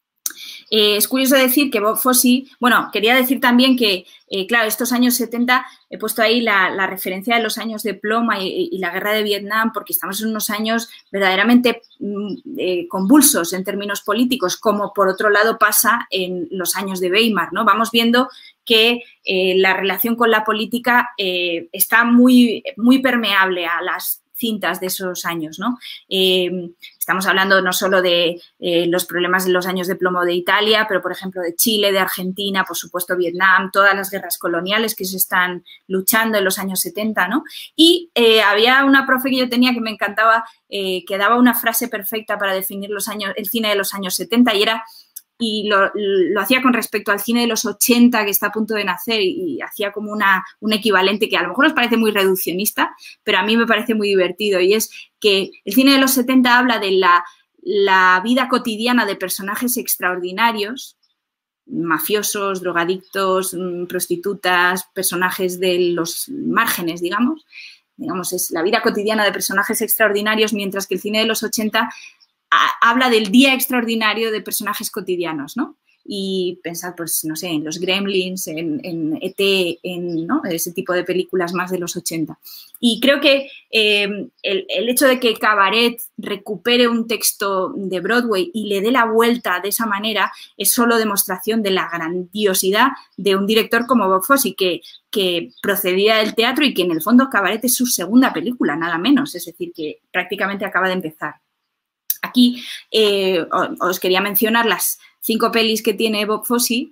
Speaker 3: Es curioso decir que Bob Fosse, bueno, quería decir también que, claro, estos años 70, he puesto ahí la referencia de los años de plomo y la guerra de Vietnam, porque estamos en unos años verdaderamente convulsos en términos políticos, como por otro lado pasa en los años de Weimar, ¿no? Vamos viendo que la relación con la política está muy, muy permeable a las cintas de esos años, ¿no? Estamos hablando no solo de los problemas de los años de plomo de Italia, pero, por ejemplo, de Chile, de Argentina, por supuesto, Vietnam, todas las guerras coloniales que se están luchando en los años 70, ¿no? Y había una profe que yo tenía que me encantaba, que daba una frase perfecta para definir el cine de los años 70 y lo hacía con respecto al cine de los 80 que está a punto de nacer y hacía como un equivalente que a lo mejor os parece muy reduccionista, pero a mí me parece muy divertido, y es que el cine de los 70 habla de la vida cotidiana de personajes extraordinarios, mafiosos, drogadictos, prostitutas, personajes de los márgenes, digamos, es la vida cotidiana de personajes extraordinarios, mientras que el cine de los 80 habla del día extraordinario de personajes cotidianos, ¿no? Y pensar, pues, no sé, en los Gremlins, en E.T., ¿no? Ese tipo de películas más de los 80. Y creo que el hecho de que Cabaret recupere un texto de Broadway y le dé la vuelta de esa manera es solo demostración de la grandiosidad de un director como Bob Fosse, que procedía del teatro y que en el fondo Cabaret es su segunda película, nada menos. Es decir, que prácticamente acaba de empezar. Aquí os quería mencionar las 5 pelis que tiene Bob Fosse.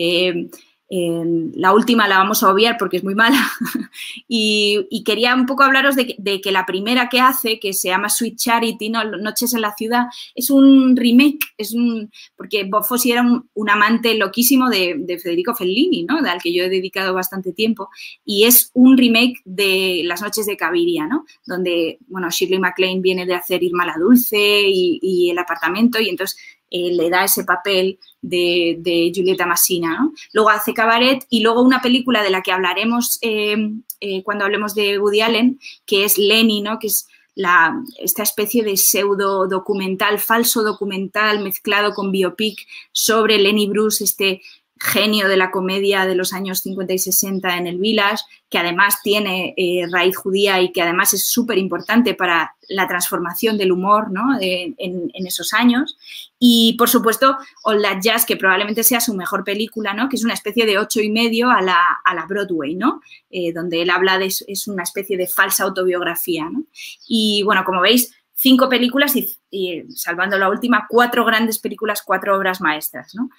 Speaker 3: La última la vamos a obviar porque es muy mala y quería un poco hablaros de que la primera que hace, que se llama Sweet Charity, ¿no? Noches en la ciudad, es un remake, porque Bob Fosse era un amante loquísimo de Federico Fellini, ¿no? Al que yo he dedicado bastante tiempo, y es un remake de Las noches de Cabiria, ¿no? Donde, bueno, Shirley MacLaine viene de hacer Irma la Dulce y El apartamento, y entonces le da ese papel de Giulietta Massina, ¿no? Luego hace Cabaret y luego una película de la que hablaremos cuando hablemos de Woody Allen, que es Lenny, ¿no? Que es esta especie de pseudo documental, falso documental mezclado con biopic sobre Lenny Bruce, este genio de la comedia de los años 50 y 60 en el Village, que además tiene raíz judía y que además es súper importante para la transformación del humor, ¿no? en esos años. Y, por supuesto, All That Jazz, que probablemente sea su mejor película, ¿no? Que es una especie de 8,5 a la Broadway, ¿no? Donde él habla es una especie de falsa autobiografía, ¿no? Y, bueno, como veis, 5 películas y salvando la última, 4 grandes películas, 4 obras maestras, ¿no?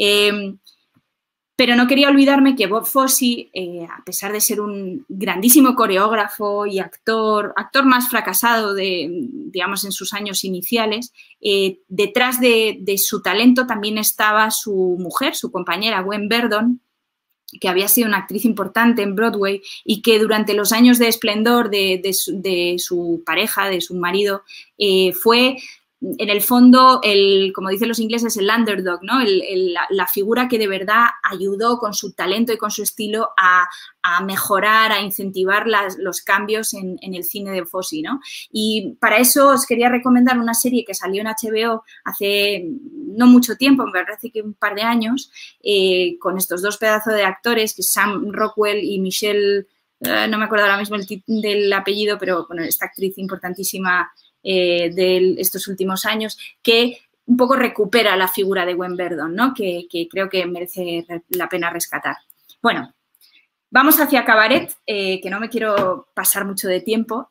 Speaker 3: Pero no quería olvidarme que Bob Fosse, a pesar de ser un grandísimo coreógrafo y actor más fracasado digamos, en sus años iniciales, detrás de su talento también estaba su mujer, su compañera, Gwen Verdon, que había sido una actriz importante en Broadway y que durante los años de esplendor de su pareja, de su marido, fue en el fondo, como dicen los ingleses, el underdog, ¿no? La figura que de verdad ayudó con su talento y con su estilo a mejorar, a incentivar los cambios en el cine de Fosse, ¿no? Y para eso os quería recomendar una serie que salió en HBO hace no mucho tiempo, en verdad hace que un par de años, con estos 2 pedazos de actores, que es Sam Rockwell y Michelle, no me acuerdo ahora mismo del apellido, pero bueno, esta actriz importantísima de estos últimos años, que un poco recupera la figura de Gwen Verdon, ¿no? Que creo que merece la pena rescatar. Bueno, vamos hacia Cabaret, que no me quiero pasar mucho de tiempo.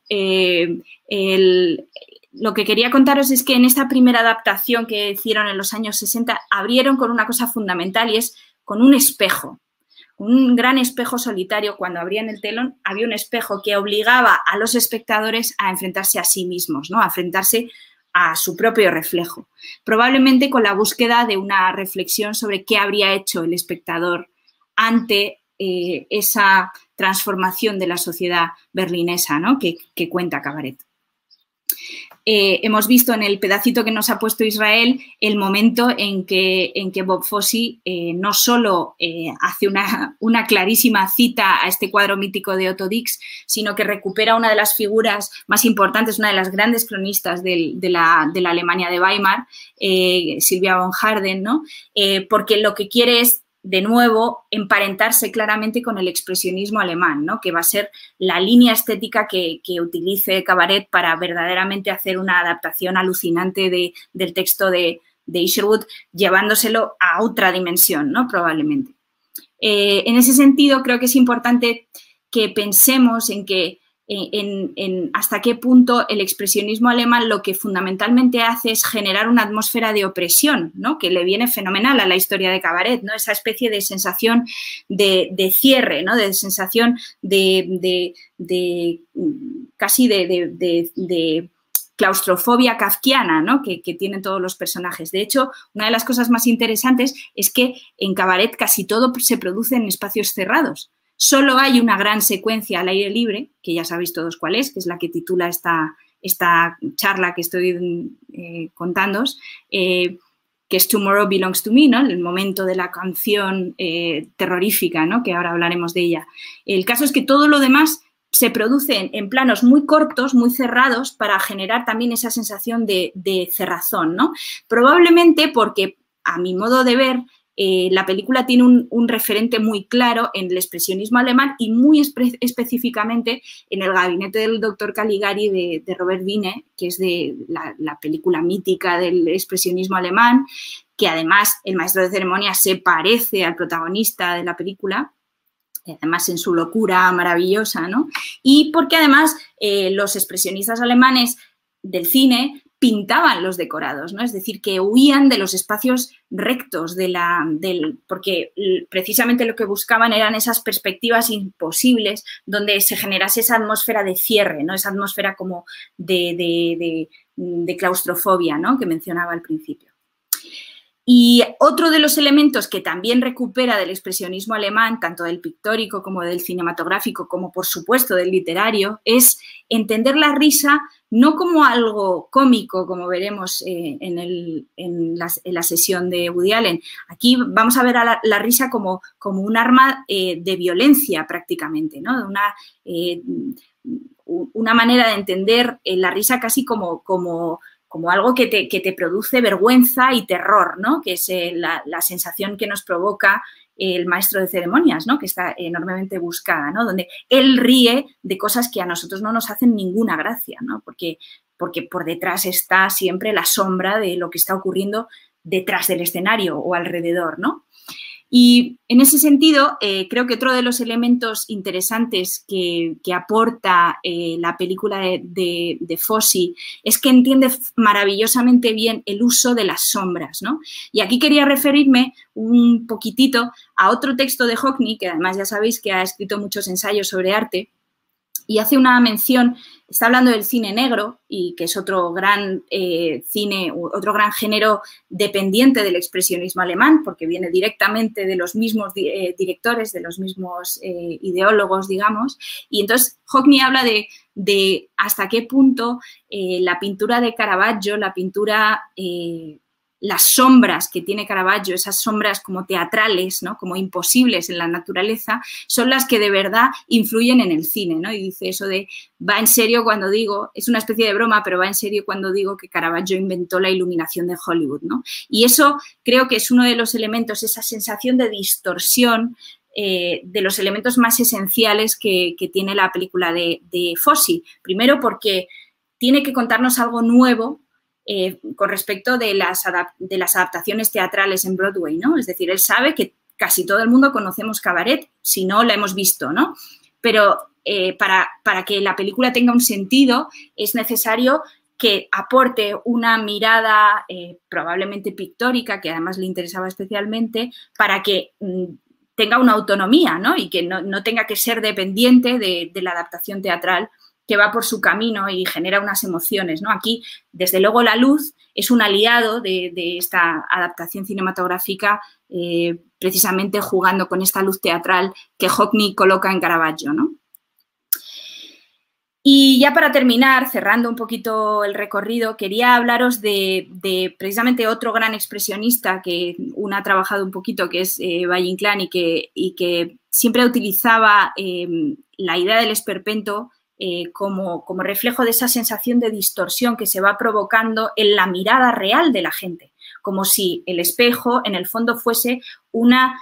Speaker 3: Lo que quería contaros es que en esta primera adaptación que hicieron en los años 60 abrieron con una cosa fundamental y es con un espejo. Un gran espejo solitario. Cuando abrían el telón había un espejo que obligaba a los espectadores a enfrentarse a sí mismos, ¿no? A enfrentarse a su propio reflejo. Probablemente con la búsqueda de una reflexión sobre qué habría hecho el espectador ante esa transformación de la sociedad berlinesa, ¿no? que cuenta Cabaret. Hemos visto en el pedacito que nos ha puesto Israel el momento en que Bob Fosse no solo hace una clarísima cita a este cuadro mítico de Otto Dix, sino que recupera una de las figuras más importantes, una de las grandes cronistas de la Alemania de Weimar, Sylvia von Harden, ¿no? Porque lo que quiere es, de nuevo, emparentarse claramente con el expresionismo alemán, ¿no? Que va a ser la línea estética que utilice Cabaret para verdaderamente hacer una adaptación alucinante del texto de Isherwood, llevándoselo a otra dimensión, ¿no? Probablemente. En ese sentido, creo que es importante que pensemos en que hasta qué punto el expresionismo alemán lo que fundamentalmente hace es generar una atmósfera de opresión, ¿no? Que le viene fenomenal a la historia de Cabaret, ¿no? Esa especie de sensación de cierre, ¿no? De sensación casi de claustrofobia kafkiana, ¿no? que tienen todos los personajes. De hecho, una de las cosas más interesantes es que en Cabaret casi todo se produce en espacios cerrados. Solo hay una gran secuencia al aire libre, que ya sabéis todos cuál es, que es la que titula esta charla que estoy contándoos, que es Tomorrow Belongs to Me, ¿no? El momento de la canción terrorífica, ¿no? Que ahora hablaremos de ella. El caso es que todo lo demás se produce en planos muy cortos, muy cerrados, para generar también esa sensación de cerrazón, ¿no? Probablemente porque, a mi modo de ver, la película tiene un referente muy claro en el expresionismo alemán y muy específicamente en El gabinete del doctor Caligari de Robert Wiene, que es de la película mítica del expresionismo alemán, que además el maestro de ceremonia se parece al protagonista de la película, además en su locura maravillosa, ¿no? Y porque además los expresionistas alemanes del cine pintaban los decorados, ¿no? Es decir, que huían de los espacios rectos, porque precisamente lo que buscaban eran esas perspectivas imposibles donde se generase esa atmósfera de cierre, ¿no? Esa atmósfera como de claustrofobia, ¿no? Que mencionaba al principio. Y otro de los elementos que también recupera del expresionismo alemán, tanto del pictórico como del cinematográfico, como por supuesto del literario, es entender la risa no como algo cómico, como veremos en la sesión de Woody Allen. Aquí vamos a ver a la risa como un arma de violencia prácticamente, ¿no? Una manera de entender la risa casi como como algo que te produce vergüenza y terror, ¿no? Que es la sensación que nos provoca el maestro de ceremonias, ¿no? Que está enormemente buscada, ¿no? Donde él ríe de cosas que a nosotros no nos hacen ninguna gracia, ¿no? Porque por detrás está siempre la sombra de lo que está ocurriendo detrás del escenario o alrededor, ¿no? Y en ese sentido, creo que otro de los elementos interesantes que aporta la película de Fosse es que entiende maravillosamente bien el uso de las sombras, ¿no? Y aquí quería referirme un poquitito a otro texto de Hockney, que además ya sabéis que ha escrito muchos ensayos sobre arte, y hace una mención, está hablando del cine negro, y que es otro gran cine, otro gran género dependiente del expresionismo alemán, porque viene directamente de los mismos directores, de los mismos ideólogos, digamos. Y entonces Hockney habla de hasta qué punto la pintura de Caravaggio, la pintura... las sombras que tiene Caravaggio, esas sombras como teatrales, ¿no? Como imposibles en la naturaleza, son las que de verdad influyen en el cine, ¿no? Y dice eso de, va en serio cuando digo, es una especie de broma, pero va en serio cuando digo que Caravaggio inventó la iluminación de Hollywood, ¿no? Y eso creo que es uno de los elementos, esa sensación de distorsión, de los elementos más esenciales que tiene la película de Fosse. Primero porque tiene que contarnos algo nuevo con respecto de las adaptaciones teatrales en Broadway, ¿no? Es decir, él sabe que casi todo el mundo conocemos Cabaret, si no la hemos visto, ¿no? Pero para que la película tenga un sentido es necesario que aporte una mirada probablemente pictórica, que además le interesaba especialmente, para que tenga una autonomía, ¿no? Y que no tenga que ser dependiente de la adaptación teatral, que va por su camino y genera unas emociones, ¿no? Aquí, desde luego, la luz es un aliado de esta adaptación cinematográfica, precisamente jugando con esta luz teatral que Hockney coloca en Caravaggio, ¿no? Y ya para terminar, cerrando un poquito el recorrido, quería hablaros de precisamente otro gran expresionista que una ha trabajado un poquito, que es Valle-Inclán, y que siempre utilizaba la idea del esperpento como reflejo de esa sensación de distorsión que se va provocando en la mirada real de la gente, como si el espejo en el fondo fuese una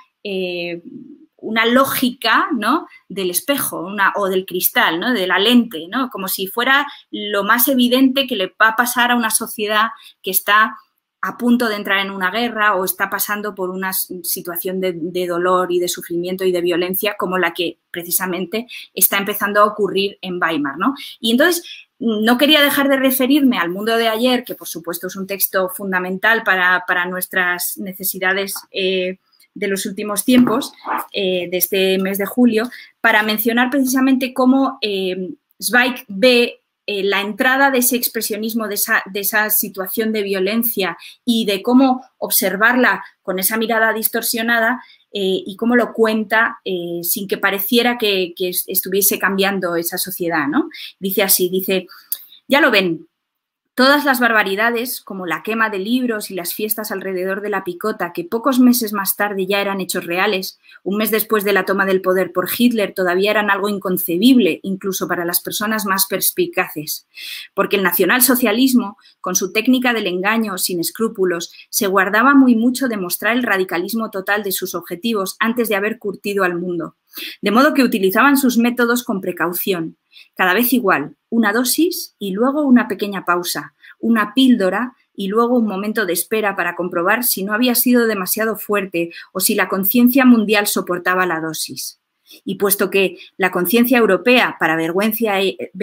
Speaker 3: lógica, ¿no? Del espejo o del cristal, ¿no? De la lente, ¿no? Como si fuera lo más evidente que le va a pasar a una sociedad que está a punto de entrar en una guerra o está pasando por una situación de dolor y de sufrimiento y de violencia como la que precisamente está empezando a ocurrir en Weimar, ¿no? Y entonces no quería dejar de referirme al Mundo de ayer, que por supuesto es un texto fundamental para nuestras necesidades de los últimos tiempos, de este mes de julio, para mencionar precisamente cómo Zweig ve la entrada de ese expresionismo, de esa situación de violencia y de cómo observarla con esa mirada distorsionada y cómo lo cuenta sin que pareciera que estuviese cambiando esa sociedad, ¿no? Dice así, dice, ya lo ven, todas las barbaridades, como la quema de libros y las fiestas alrededor de la picota, que pocos meses más tarde ya eran hechos reales, un mes después de la toma del poder por Hitler, todavía eran algo inconcebible, incluso para las personas más perspicaces. Porque el nacionalsocialismo, con su técnica del engaño sin escrúpulos, se guardaba muy mucho de mostrar el radicalismo total de sus objetivos antes de haber curtido al mundo. De modo que utilizaban sus métodos con precaución. Cada vez igual, una dosis y luego una pequeña pausa, una píldora y luego un momento de espera para comprobar si no había sido demasiado fuerte o si la conciencia mundial soportaba la dosis. Y puesto que la conciencia europea, para vergüenza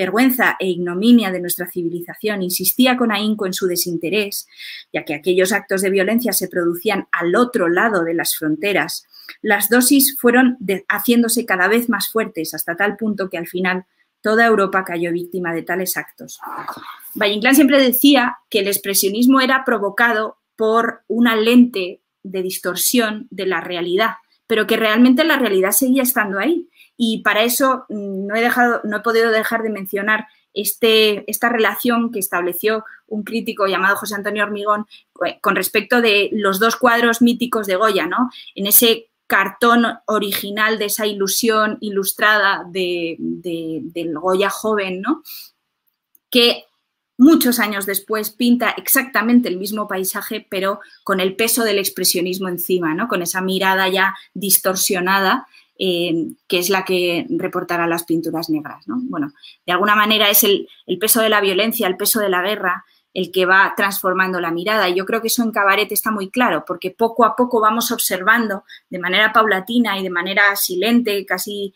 Speaker 3: e ignominia de nuestra civilización, insistía con ahínco en su desinterés, ya que aquellos actos de violencia se producían al otro lado de las fronteras, las dosis fueron haciéndose cada vez más fuertes hasta tal punto que al final toda Europa cayó víctima de tales actos. Valle-Inclán siempre decía que el expresionismo era provocado por una lente de distorsión de la realidad, pero que realmente la realidad seguía estando ahí. Y para eso no he podido dejar de mencionar esta relación que estableció un crítico llamado José Antonio Hormigón con respecto de los dos cuadros míticos de Goya, ¿no? En ese cartón original de esa ilusión ilustrada del Goya joven, ¿no? Que muchos años después pinta exactamente el mismo paisaje, pero con el peso del expresionismo encima, ¿no? Con esa mirada ya distorsionada, que es la que reportará las pinturas negras, ¿no? Bueno, de alguna manera es el peso de la violencia, el peso de la guerra, el que va transformando la mirada. Y yo creo que eso en Cabaret está muy claro, porque poco a poco vamos observando de manera paulatina y de manera silente, casi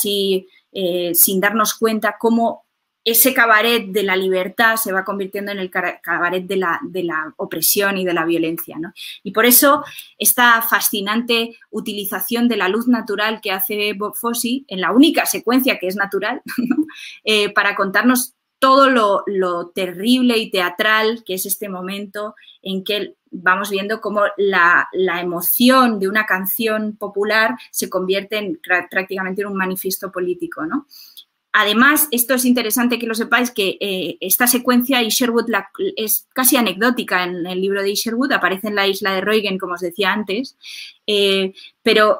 Speaker 3: sin darnos cuenta, cómo ese cabaret de la libertad se va convirtiendo en el cabaret de la opresión y de la violencia, ¿no? Y por eso esta fascinante utilización de la luz natural que hace Bob Fosse, en la única secuencia que es natural, ¿no? Para contarnos todo lo terrible y teatral que es este momento en que vamos viendo cómo la emoción de una canción popular se convierte prácticamente en un manifiesto político, ¿no? Además, esto es interesante que lo sepáis, que esta secuencia Isherwood es casi anecdótica en el libro de Isherwood, aparece en la isla de Rügen, como os decía antes, pero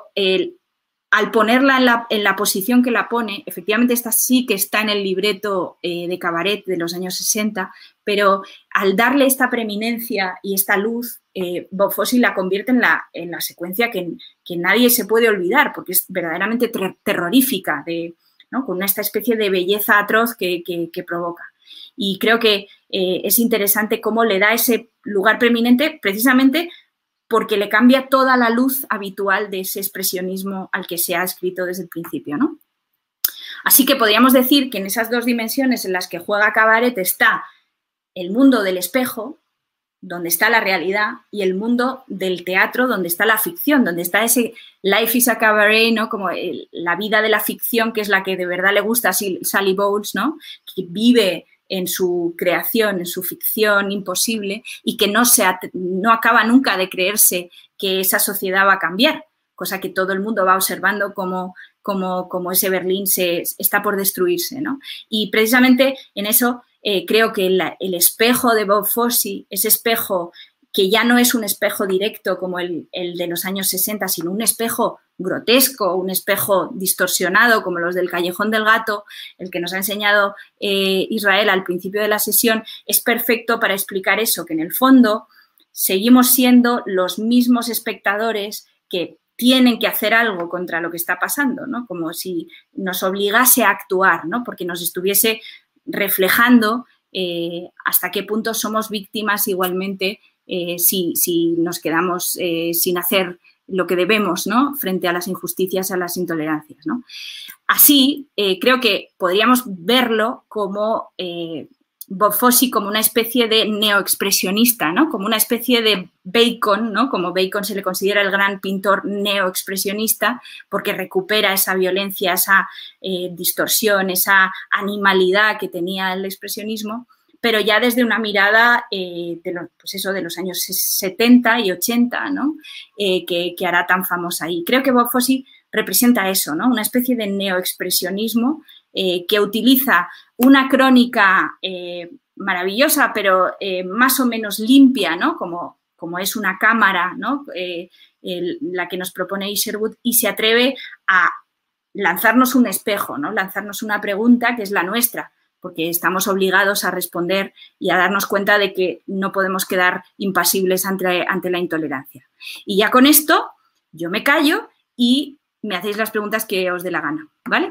Speaker 3: al ponerla en la posición que la pone, efectivamente esta sí que está en el libreto de Cabaret de los años 60, pero al darle esta preeminencia y esta luz, Bob Fosse la convierte en la secuencia que nadie se puede olvidar, porque es verdaderamente terrorífica, ¿no? Con esta especie de belleza atroz que provoca. Y creo que es interesante cómo le da ese lugar preeminente precisamente porque le cambia toda la luz habitual de ese expresionismo al que se ha escrito desde el principio, ¿no? Así que podríamos decir que en esas dos dimensiones en las que juega Cabaret está el mundo del espejo, donde está la realidad, y el mundo del teatro, donde está la ficción, donde está ese life is a cabaret, ¿no? Como la vida de la ficción, que es la que de verdad le gusta a Sally Bowles, ¿no? Que vive en su creación, en su ficción imposible y que no acaba nunca de creerse que esa sociedad va a cambiar, cosa que todo el mundo va observando como ese Berlín está por destruirse, ¿no? Y precisamente en eso creo que el espejo de Bob Fosse, ese espejo que ya no es un espejo directo como el de los años 60, sino un espejo grotesco, un espejo distorsionado como los del Callejón del Gato, el que nos ha enseñado Israel al principio de la sesión, es perfecto para explicar eso, que en el fondo seguimos siendo los mismos espectadores que tienen que hacer algo contra lo que está pasando, ¿no? Como si nos obligase a actuar, ¿no? Porque nos estuviese reflejando hasta qué punto somos víctimas igualmente si nos quedamos sin hacer lo que debemos, ¿no? Frente a las injusticias, a las intolerancias, ¿no? Así, creo que podríamos verlo como Bob Fosse como una especie de neoexpresionista, ¿no? Como una especie de Bacon, ¿no? Como Bacon se le considera el gran pintor neoexpresionista porque recupera esa violencia, esa distorsión, esa animalidad que tenía el expresionismo, pero ya desde una mirada de los años 70 y 80, ¿no? Que hará tan famosa. Y creo que Bob Fosse representa eso, ¿no? Una especie de neoexpresionismo que utiliza una crónica maravillosa, pero más o menos limpia, ¿no? Como es una cámara, ¿no? La que nos propone Isherwood, y se atreve a lanzarnos un espejo, ¿no? Lanzarnos una pregunta que es la nuestra, porque estamos obligados a responder y a darnos cuenta de que no podemos quedar impasibles ante la intolerancia. Y ya con esto yo me callo y me hacéis las preguntas que os dé la gana, ¿vale?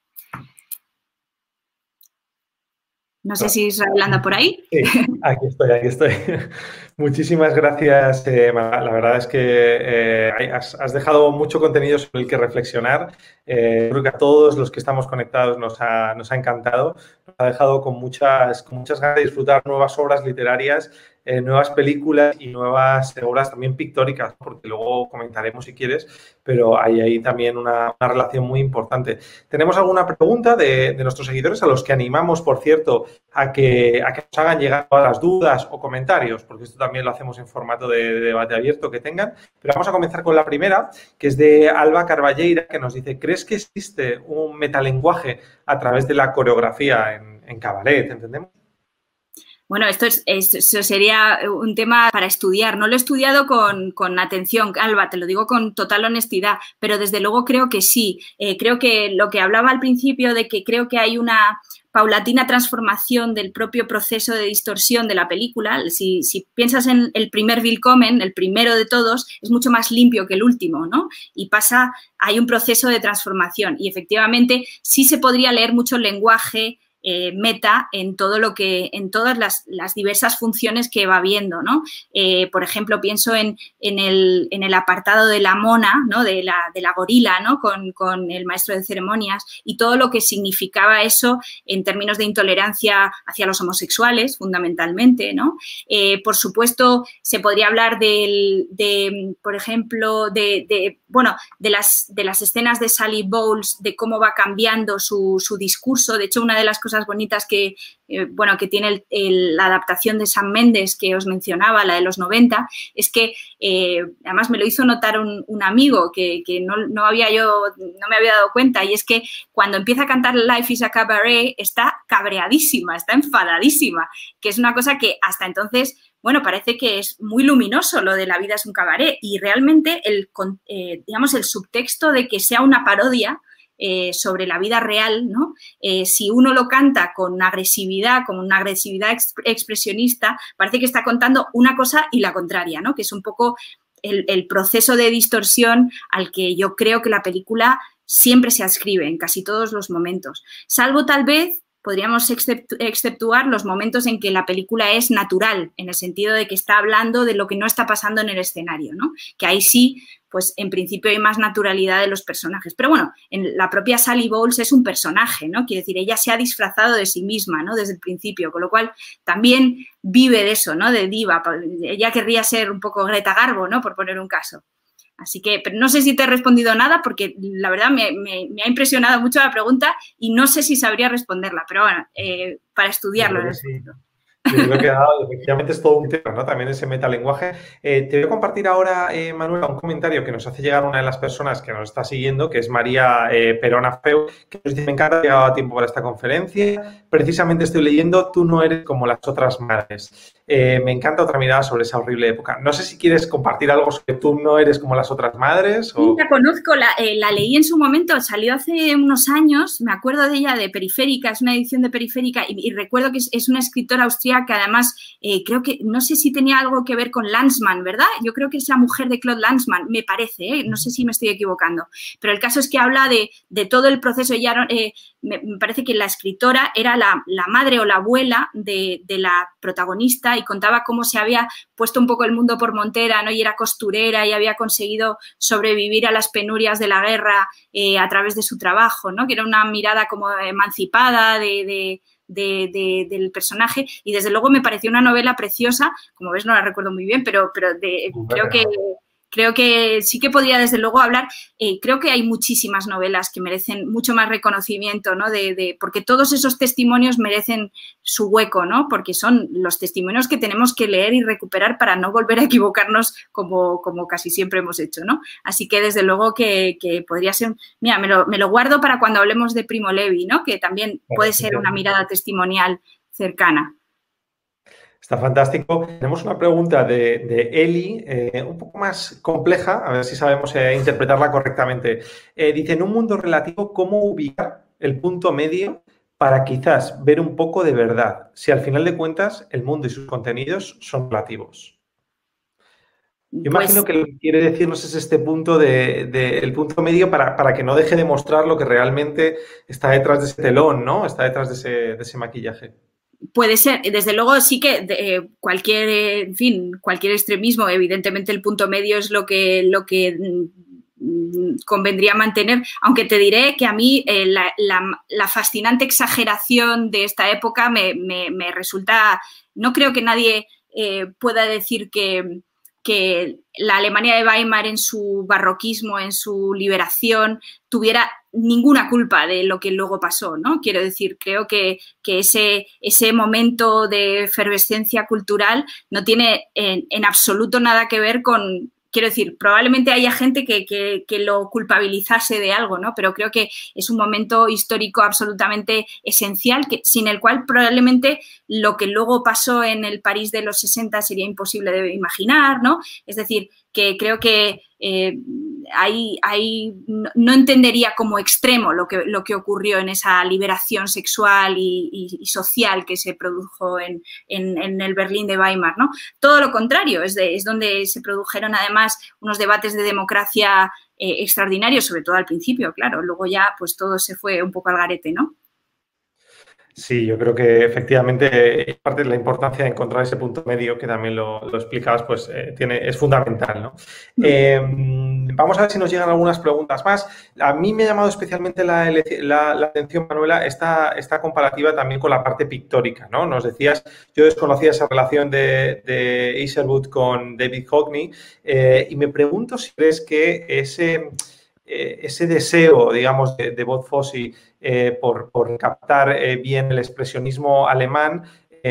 Speaker 3: No sé si Israel anda por ahí.
Speaker 1: Sí, aquí estoy. Muchísimas gracias, la verdad es que has dejado mucho contenido sobre el que reflexionar. Creo que a todos los que estamos conectados nos ha encantado. Nos ha dejado con muchas ganas de disfrutar nuevas obras literarias, nuevas películas y nuevas obras también pictóricas, porque luego comentaremos si quieres, pero hay ahí también una relación muy importante. Tenemos alguna pregunta de nuestros seguidores, a los que animamos, por cierto, a que nos hagan llegar todas las dudas o comentarios, porque esto también lo hacemos en formato de debate abierto que tengan. Pero vamos a comenzar con la primera, que es de Alba Carballeira, que nos dice: ¿crees que existe un metalenguaje a través de la coreografía en Cabaret? ¿Entendemos?
Speaker 3: Bueno, eso sería un tema para estudiar. No lo he estudiado con atención, Alba, te lo digo con total honestidad, pero desde luego creo que sí. Creo que lo que hablaba al principio de que creo que hay una paulatina transformación del propio proceso de distorsión de la película. Si piensas en el primer Willkommen, el primero de todos, es mucho más limpio que el último, ¿no? Y hay un proceso de transformación y efectivamente sí se podría leer mucho el lenguaje meta en todas las diversas funciones que va viendo, ¿no? Por ejemplo, pienso en el apartado de la mona, ¿no? de la gorila, ¿no? Con el maestro de ceremonias y todo lo que significaba eso en términos de intolerancia hacia los homosexuales, fundamentalmente, ¿no? Por supuesto, se podría hablar por ejemplo, de las escenas de Sally Bowles, de cómo va cambiando su discurso. De hecho, una de las cosas bonitas que tiene la adaptación de Sam Mendes que os mencionaba, la de los 90, es que además me lo hizo notar un amigo que no me había dado cuenta, y es que cuando empieza a cantar Life is a Cabaret está cabreadísima, está enfadadísima, que es una cosa que hasta entonces, bueno, parece que es muy luminoso lo de la vida es un cabaret, y realmente el subtexto de que sea una parodia sobre la vida real, ¿no? Si uno lo canta con una agresividad expresionista, parece que está contando una cosa y la contraria, ¿no? Que es un poco el proceso de distorsión al que yo creo que la película siempre se adscribe en casi todos los momentos, salvo tal vez podríamos exceptuar los momentos en que la película es natural, en el sentido de que está hablando de lo que no está pasando en el escenario, ¿no? Que ahí sí, pues en principio hay más naturalidad de los personajes. Pero bueno, en la propia Sally Bowles es un personaje, ¿no? Quiere decir, ella se ha disfrazado de sí misma, ¿no? Desde el principio, con lo cual también vive de eso, ¿no? De diva. Ella querría ser un poco Greta Garbo, ¿no? Por poner un caso. Así que, pero no sé si te he respondido nada porque la verdad me ha impresionado mucho la pregunta y no sé si sabría responderla, pero bueno, para estudiarlo.
Speaker 1: Yo creo que efectivamente es todo un tema, ¿no? También ese metalenguaje. Te voy a compartir ahora, Manuela, un comentario que nos hace llegar una de las personas que nos está siguiendo, que es María Perona Feu, que nos dice: me encanta, he llegado a tiempo para esta conferencia. Precisamente estoy leyendo Tú no eres como las otras madres. Me encanta otra mirada sobre esa horrible época. No sé si quieres compartir algo sobre Tú no eres como las otras madres.
Speaker 3: Sí, la conozco, la leí en su momento, salió hace unos años, me acuerdo de ella, de Periférica, es una edición de Periférica y recuerdo que es una escritora austríaca que además creo que, no sé si tenía algo que ver con Lanzmann, ¿verdad? Yo creo que es la mujer de Claude Lanzmann, me parece, no sé si me estoy equivocando, pero el caso es que habla de todo el proceso. Ella, me parece que la escritora era la madre o la abuela de la protagonista y contaba cómo se había puesto un poco el mundo por montera, ¿no? Y era costurera y había conseguido sobrevivir a las penurias de la guerra a través de su trabajo, ¿no? Que era una mirada como emancipada del personaje, y desde luego me pareció una novela preciosa. Como ves, no la recuerdo muy bien, pero creo que sí que podría desde luego hablar. Creo que hay muchísimas novelas que merecen mucho más reconocimiento, ¿no? Porque todos esos testimonios merecen su hueco, ¿no? Porque son los testimonios que tenemos que leer y recuperar para no volver a equivocarnos como casi siempre hemos hecho, ¿no? Así que desde luego que podría ser... Mira, me lo guardo para cuando hablemos de Primo Levi, ¿no? Que también puede ser una mirada testimonial cercana.
Speaker 1: Está fantástico. Tenemos una pregunta de Eli, un poco más compleja, a ver si sabemos interpretarla correctamente. Dice: en un mundo relativo, ¿cómo ubicar el punto medio para quizás ver un poco de verdad, si al final de cuentas el mundo y sus contenidos son relativos? Yo imagino que lo que quiere decirnos es este punto el punto medio para que no deje de mostrar lo que realmente está detrás de ese telón, ¿no? Está detrás de ese maquillaje.
Speaker 3: Puede ser, desde luego sí que cualquier extremismo, evidentemente el punto medio es lo que convendría mantener, aunque te diré que a mí la fascinante exageración de esta época me resulta, no creo que nadie pueda decir que la Alemania de Weimar en su barroquismo, en su liberación, tuviera ninguna culpa de lo que luego pasó, ¿no? Quiero decir, creo que ese momento de efervescencia cultural no tiene en absoluto nada que ver con quiero decir, probablemente haya gente que lo culpabilizase de algo, ¿no? Pero creo que es un momento histórico absolutamente esencial, sin el cual probablemente lo que luego pasó en el París de los 60 sería imposible de imaginar, ¿no? Es decir, que creo que no entendería como extremo lo que ocurrió en esa liberación sexual y social que se produjo en el Berlín de Weimar, ¿no? Todo lo contrario, es donde se produjeron además unos debates de democracia extraordinarios, sobre todo al principio, claro, luego ya pues todo se fue un poco al garete, ¿no?
Speaker 1: Sí, yo creo que efectivamente parte de la importancia de encontrar ese punto medio que también lo explicabas, pues es fundamental, ¿no? Vamos a ver si nos llegan algunas preguntas más. A mí me ha llamado especialmente la atención, Manuela, esta comparativa también con la parte pictórica, ¿no? Nos decías, yo desconocía esa relación de Isherwood con David Hockney y me pregunto si crees que ese deseo, digamos, de Bob Fosse por captar bien el expresionismo alemán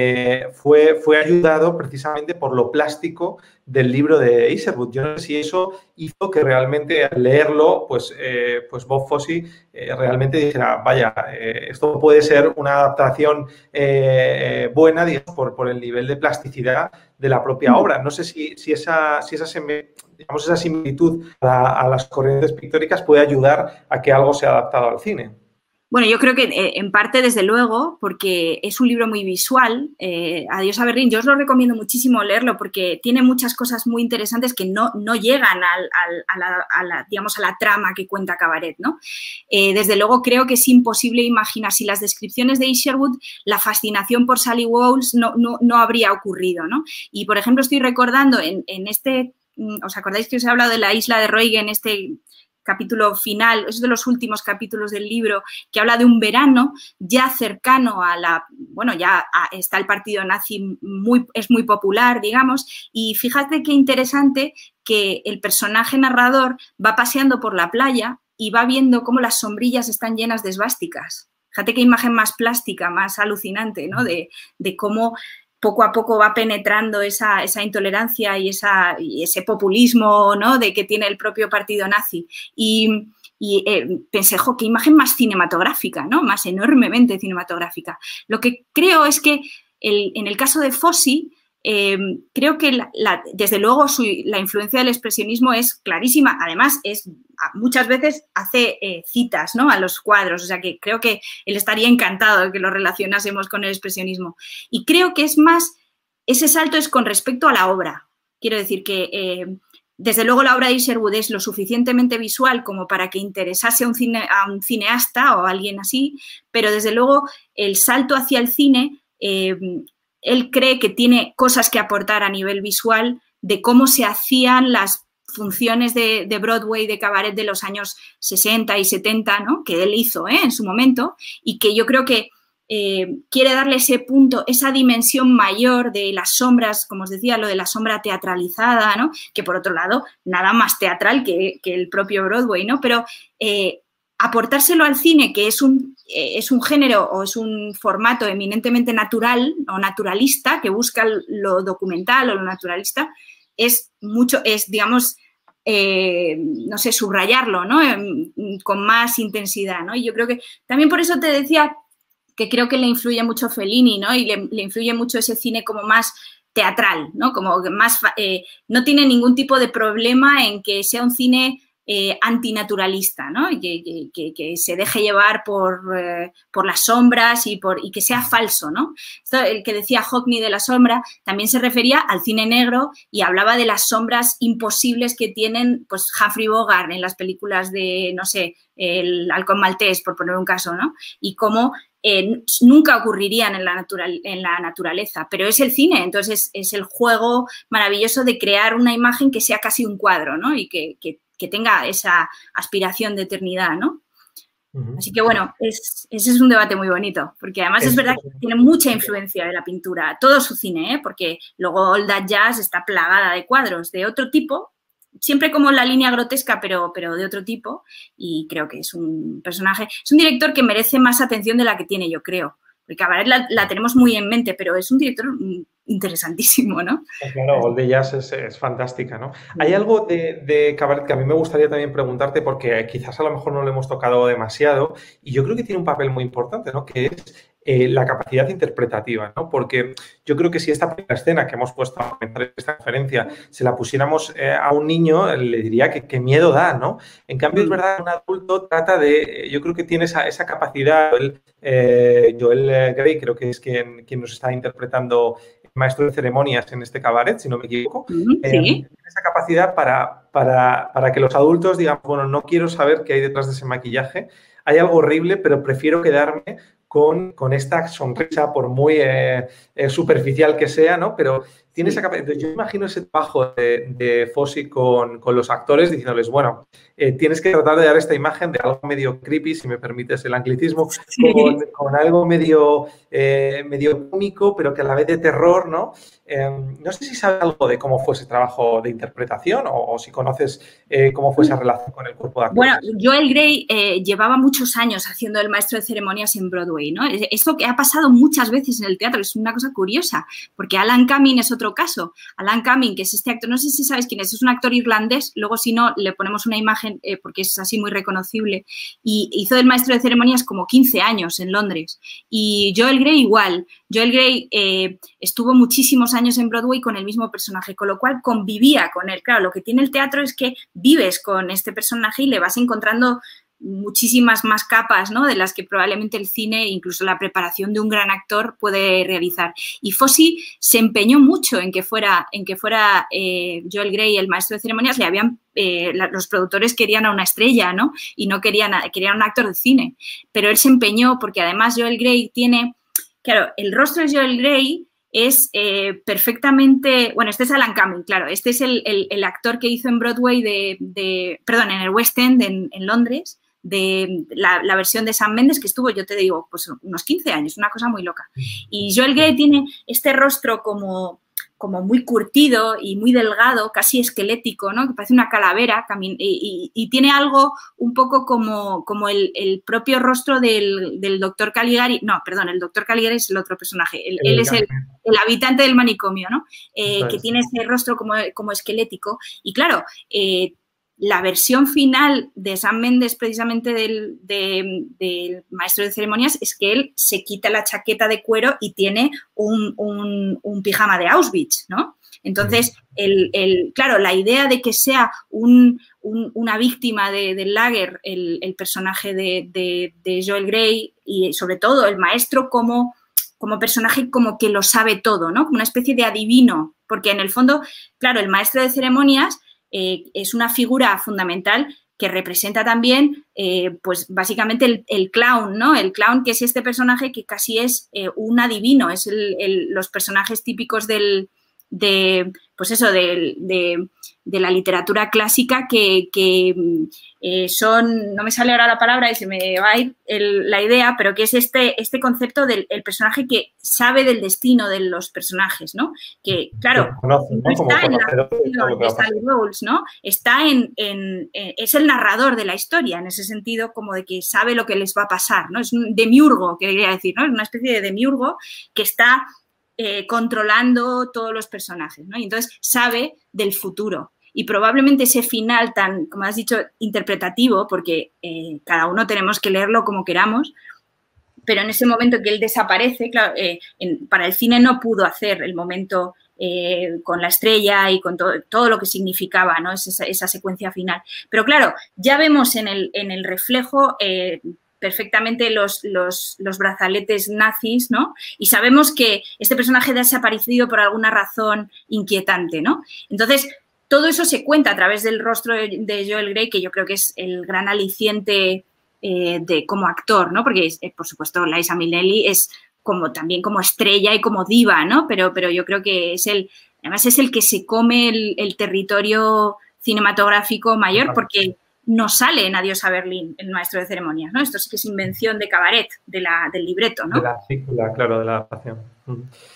Speaker 1: fue ayudado precisamente por lo plástico del libro de Isherwood. Yo no sé si eso hizo que realmente al leerlo, pues Bob Fosse realmente dijera, vaya, esto puede ser una adaptación buena, digamos, por el nivel de plasticidad de la propia obra. No sé si esa similitud a las corrientes pictóricas puede ayudar a que algo sea adaptado al cine.
Speaker 3: Bueno, yo creo que en parte, desde luego, porque es un libro muy visual. Adiós a Berlín, yo os lo recomiendo muchísimo leerlo porque tiene muchas cosas muy interesantes que no llegan a la trama que cuenta Cabaret, ¿no? Desde luego, creo que es imposible imaginar si las descripciones de Isherwood, la fascinación por Sally Bowles no habría ocurrido, ¿no? Y, por ejemplo, estoy recordando en este, ¿os acordáis que os he hablado de la isla de Rügen, en este capítulo final, es de los últimos capítulos del libro, que habla de un verano ya cercano está el partido nazi, es muy popular, digamos, y fíjate qué interesante que el personaje narrador va paseando por la playa y va viendo cómo las sombrillas están llenas de esvásticas. Fíjate qué imagen más plástica, más alucinante, ¿no? De cómo poco a poco va penetrando esa intolerancia y ese populismo, ¿no? De que tiene el propio partido nazi. Y pensé, qué imagen más cinematográfica, ¿no? Más enormemente cinematográfica. Lo que creo es que en el caso de Fosse, creo que desde luego la influencia del expresionismo es clarísima. Además, muchas veces hace citas, ¿no? A los cuadros. O sea, que creo que él estaría encantado de que lo relacionásemos con el expresionismo. Y creo que es más, ese salto es con respecto a la obra. Quiero decir que, desde luego, la obra de Isherwood es lo suficientemente visual como para que interesase a un cineasta o a alguien así, pero desde luego el salto hacia el cine, él cree que tiene cosas que aportar a nivel visual de cómo se hacían las funciones de Broadway, de cabaret de los años 60 y 70, ¿no? Que él hizo en su momento, y que yo creo que quiere darle ese punto, esa dimensión mayor de las sombras, como os decía, lo de la sombra teatralizada, ¿no? Que por otro lado, nada más teatral que el propio Broadway, ¿no? Pero aportárselo al cine, que es un género o es un formato eminentemente natural o naturalista, que busca lo documental o lo naturalista, digamos, no sé, subrayarlo, ¿no? Con más intensidad, ¿no? Y yo creo que también por eso te decía que creo que le influye mucho Fellini, ¿no? Y le influye mucho ese cine como más teatral, ¿no? Como más, no tiene ningún tipo de problema en que sea un cine antinaturalista, ¿no? Y que se deje llevar por las sombras y que sea falso, ¿no? Esto, el que decía Hockney de la sombra, también se refería al cine negro y hablaba de las sombras imposibles que tienen, pues, Humphrey Bogart en las películas de, no sé, El halcón maltés, por poner un caso, ¿no? Y cómo nunca ocurrirían en la naturaleza, pero es el cine, entonces es el juego maravilloso de crear una imagen que sea casi un cuadro, ¿no? Y que tenga esa aspiración de eternidad, ¿no? Así que, bueno, ese es un debate muy bonito, porque además es verdad que tiene mucha influencia de la pintura, todo su cine, porque luego All That Jazz está plagada de cuadros de otro tipo, siempre como la línea grotesca, pero de otro tipo, y creo que es un personaje, es un director que merece más atención de la que tiene, yo creo, Porque Cabaret la tenemos muy en mente, pero es un director interesantísimo, ¿no?
Speaker 1: Claro, All the Jazz es fantástica, ¿no? Hay algo de Cabaret que a mí me gustaría también preguntarte, porque quizás a lo mejor no lo hemos tocado demasiado, y yo creo que tiene un papel muy importante, ¿no? Que es la capacidad interpretativa, ¿no? Porque yo creo que si esta primera escena que hemos puesto a comentar en esta conferencia se la pusiéramos a un niño, le diría que miedo da, ¿no? En cambio, es verdad, un adulto trata de, yo creo que tiene esa capacidad, Joel Grey creo que es quien nos está interpretando, maestro de ceremonias en este Cabaret, si no me equivoco,
Speaker 3: sí.
Speaker 1: esa capacidad para que los adultos digan, bueno, no quiero saber qué hay detrás de ese maquillaje, hay algo horrible, pero prefiero quedarme con esta sonrisa, por muy superficial que sea, ¿no? Pero tiene esa capacidad. Yo imagino ese trabajo de Fosi con los actores diciéndoles, bueno, tienes que tratar de dar esta imagen de algo medio creepy, si me permites el anglicismo, con algo medio cómico, pero que a la vez de terror, ¿no? No sé si sabes algo de cómo fue ese trabajo de interpretación o si conoces cómo fue esa relación con el cuerpo de actores.
Speaker 3: Bueno, Joel Grey llevaba muchos años haciendo el maestro de ceremonias en Broadway, ¿no? Esto que ha pasado muchas veces en el teatro, es una cosa curiosa, porque Alan Cumming es otro caso. Alan Cumming, que es este actor, no sé si sabes quién es un actor irlandés, luego si no le ponemos una imagen porque es así muy reconocible, y hizo el maestro de ceremonias como 15 años en Londres. Y Joel Grey igual. Joel Grey estuvo muchísimos años en Broadway con el mismo personaje, con lo cual convivía con él. Claro, lo que tiene el teatro es que vives con este personaje y le vas encontrando muchísimas más capas, ¿no? De las que probablemente el cine, incluso la preparación de un gran actor puede realizar. Y Fosi se empeñó mucho en que fuera Joel Grey el maestro de ceremonias. Los productores querían a una estrella, ¿no? Y no querían un actor de cine. Pero él se empeñó porque además Joel Grey tiene, claro, el rostro de Joel Grey es perfectamente, bueno, este es Alan Cumming, claro, este es el actor que hizo en Broadway en el West End en Londres, de la versión de Sam Mendes, que estuvo, yo te digo, pues unos 15 años, una cosa muy loca. Y Joel Grey tiene este rostro como muy curtido y muy delgado, casi esquelético, ¿no? Que parece una calavera, y tiene algo un poco como el propio rostro del doctor Caligari. No, perdón, el doctor Caligari es el otro personaje. Él es el habitante del manicomio, ¿no? Que tiene ese rostro como esquelético. Y claro, la versión final de Sam Mendes, precisamente del maestro de ceremonias, es que él se quita la chaqueta de cuero y tiene un pijama de Auschwitz, ¿no? Entonces, claro, la idea de que sea una víctima del Lager, el personaje de Joel Grey, y sobre todo el maestro como personaje como que lo sabe todo, ¿no? Como una especie de adivino, porque en el fondo, claro, el maestro de ceremonias es una figura fundamental que representa también, pues básicamente el clown, ¿no? El clown, que es este personaje que casi es un adivino, es los personajes típicos de la literatura clásica que son, no me sale ahora la palabra y se me va a ir la idea, pero que es este concepto del personaje que sabe del destino de los personajes, ¿no? Que, claro, no está en la ficción de Sally Bowles, ¿no? Está es el narrador de la historia, en ese sentido, como de que sabe lo que les va a pasar, ¿no? Es un demiurgo, quería decir, ¿no? Es una especie de demiurgo que está controlando todos los personajes, ¿no? Y entonces sabe del futuro. Y probablemente ese final tan, como has dicho, interpretativo, porque cada uno tenemos que leerlo como queramos, pero en ese momento que él desaparece, claro, para el cine no pudo hacer el momento con la estrella y con todo lo que significaba, ¿no? Esa secuencia final. Pero claro, ya vemos en el reflejo perfectamente los brazaletes nazis, ¿no? Y sabemos que este personaje ha desaparecido por alguna razón inquietante, ¿no? Entonces, todo eso se cuenta a través del rostro de Joel Grey, que yo creo que es el gran aliciente como actor, ¿no? Porque, por supuesto, Liza Minnelli es también como estrella y como diva, ¿no? Pero yo creo que además es el que se come el territorio cinematográfico mayor, porque no sale en Adiós a Berlín, el maestro de ceremonias, ¿no? Esto sí que es invención de Cabaret, del libreto, ¿no?
Speaker 1: De la película, claro, de la adaptación.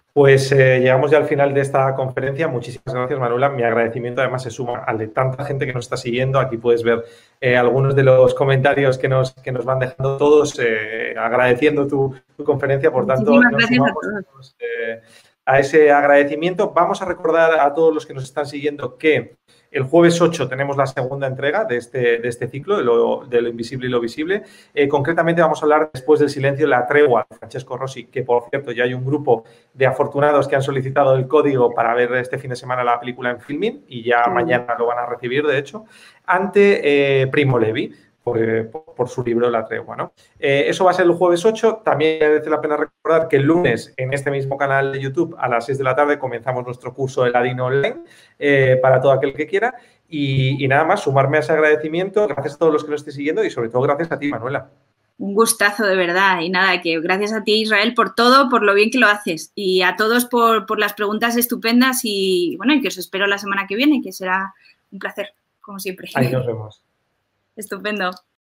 Speaker 1: Pues llegamos ya al final de esta conferencia. Muchísimas gracias, Manuela. Mi agradecimiento además se suma al de tanta gente que nos está siguiendo. Aquí puedes ver algunos de los comentarios que nos van dejando todos agradeciendo tu conferencia. Por tanto, nos sumamos a ese agradecimiento. Vamos a recordar a todos los que nos están siguiendo que el jueves 8 tenemos la segunda entrega de este ciclo, de lo invisible y lo visible. Concretamente vamos a hablar después del silencio, la tregua de Francesco Rosi, que por cierto ya hay un grupo de afortunados que han solicitado el código para ver este fin de semana la película en Filmin y ya mañana lo van a recibir, de hecho, ante Primo Levi. Por su libro La tregua, ¿no? Eso va a ser el jueves 8. También merece la pena recordar que el lunes, en este mismo canal de YouTube, a las 6 de la tarde, comenzamos nuestro curso de Ladino Online para todo aquel que quiera. Y nada más, sumarme a ese agradecimiento. Gracias a todos los que nos estéis siguiendo y sobre todo gracias a ti, Manuela.
Speaker 3: Un gustazo, de verdad. Y nada, que gracias a ti, Israel, por todo, por lo bien que lo haces. Y a todos por las preguntas estupendas y, bueno, y que os espero la semana que viene, que será un placer, como siempre.
Speaker 1: Ahí nos vemos.
Speaker 3: Estupendo.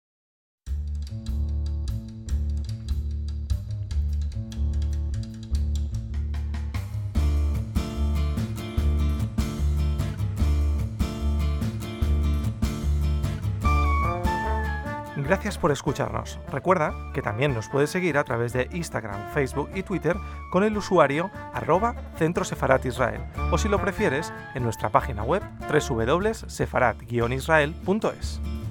Speaker 4: Gracias por escucharnos. Recuerda que también nos puedes seguir a través de Instagram, Facebook y Twitter con el usuario @Centro Sefarat Israel, o si lo prefieres, en nuestra página web www.sefarat-israel.es.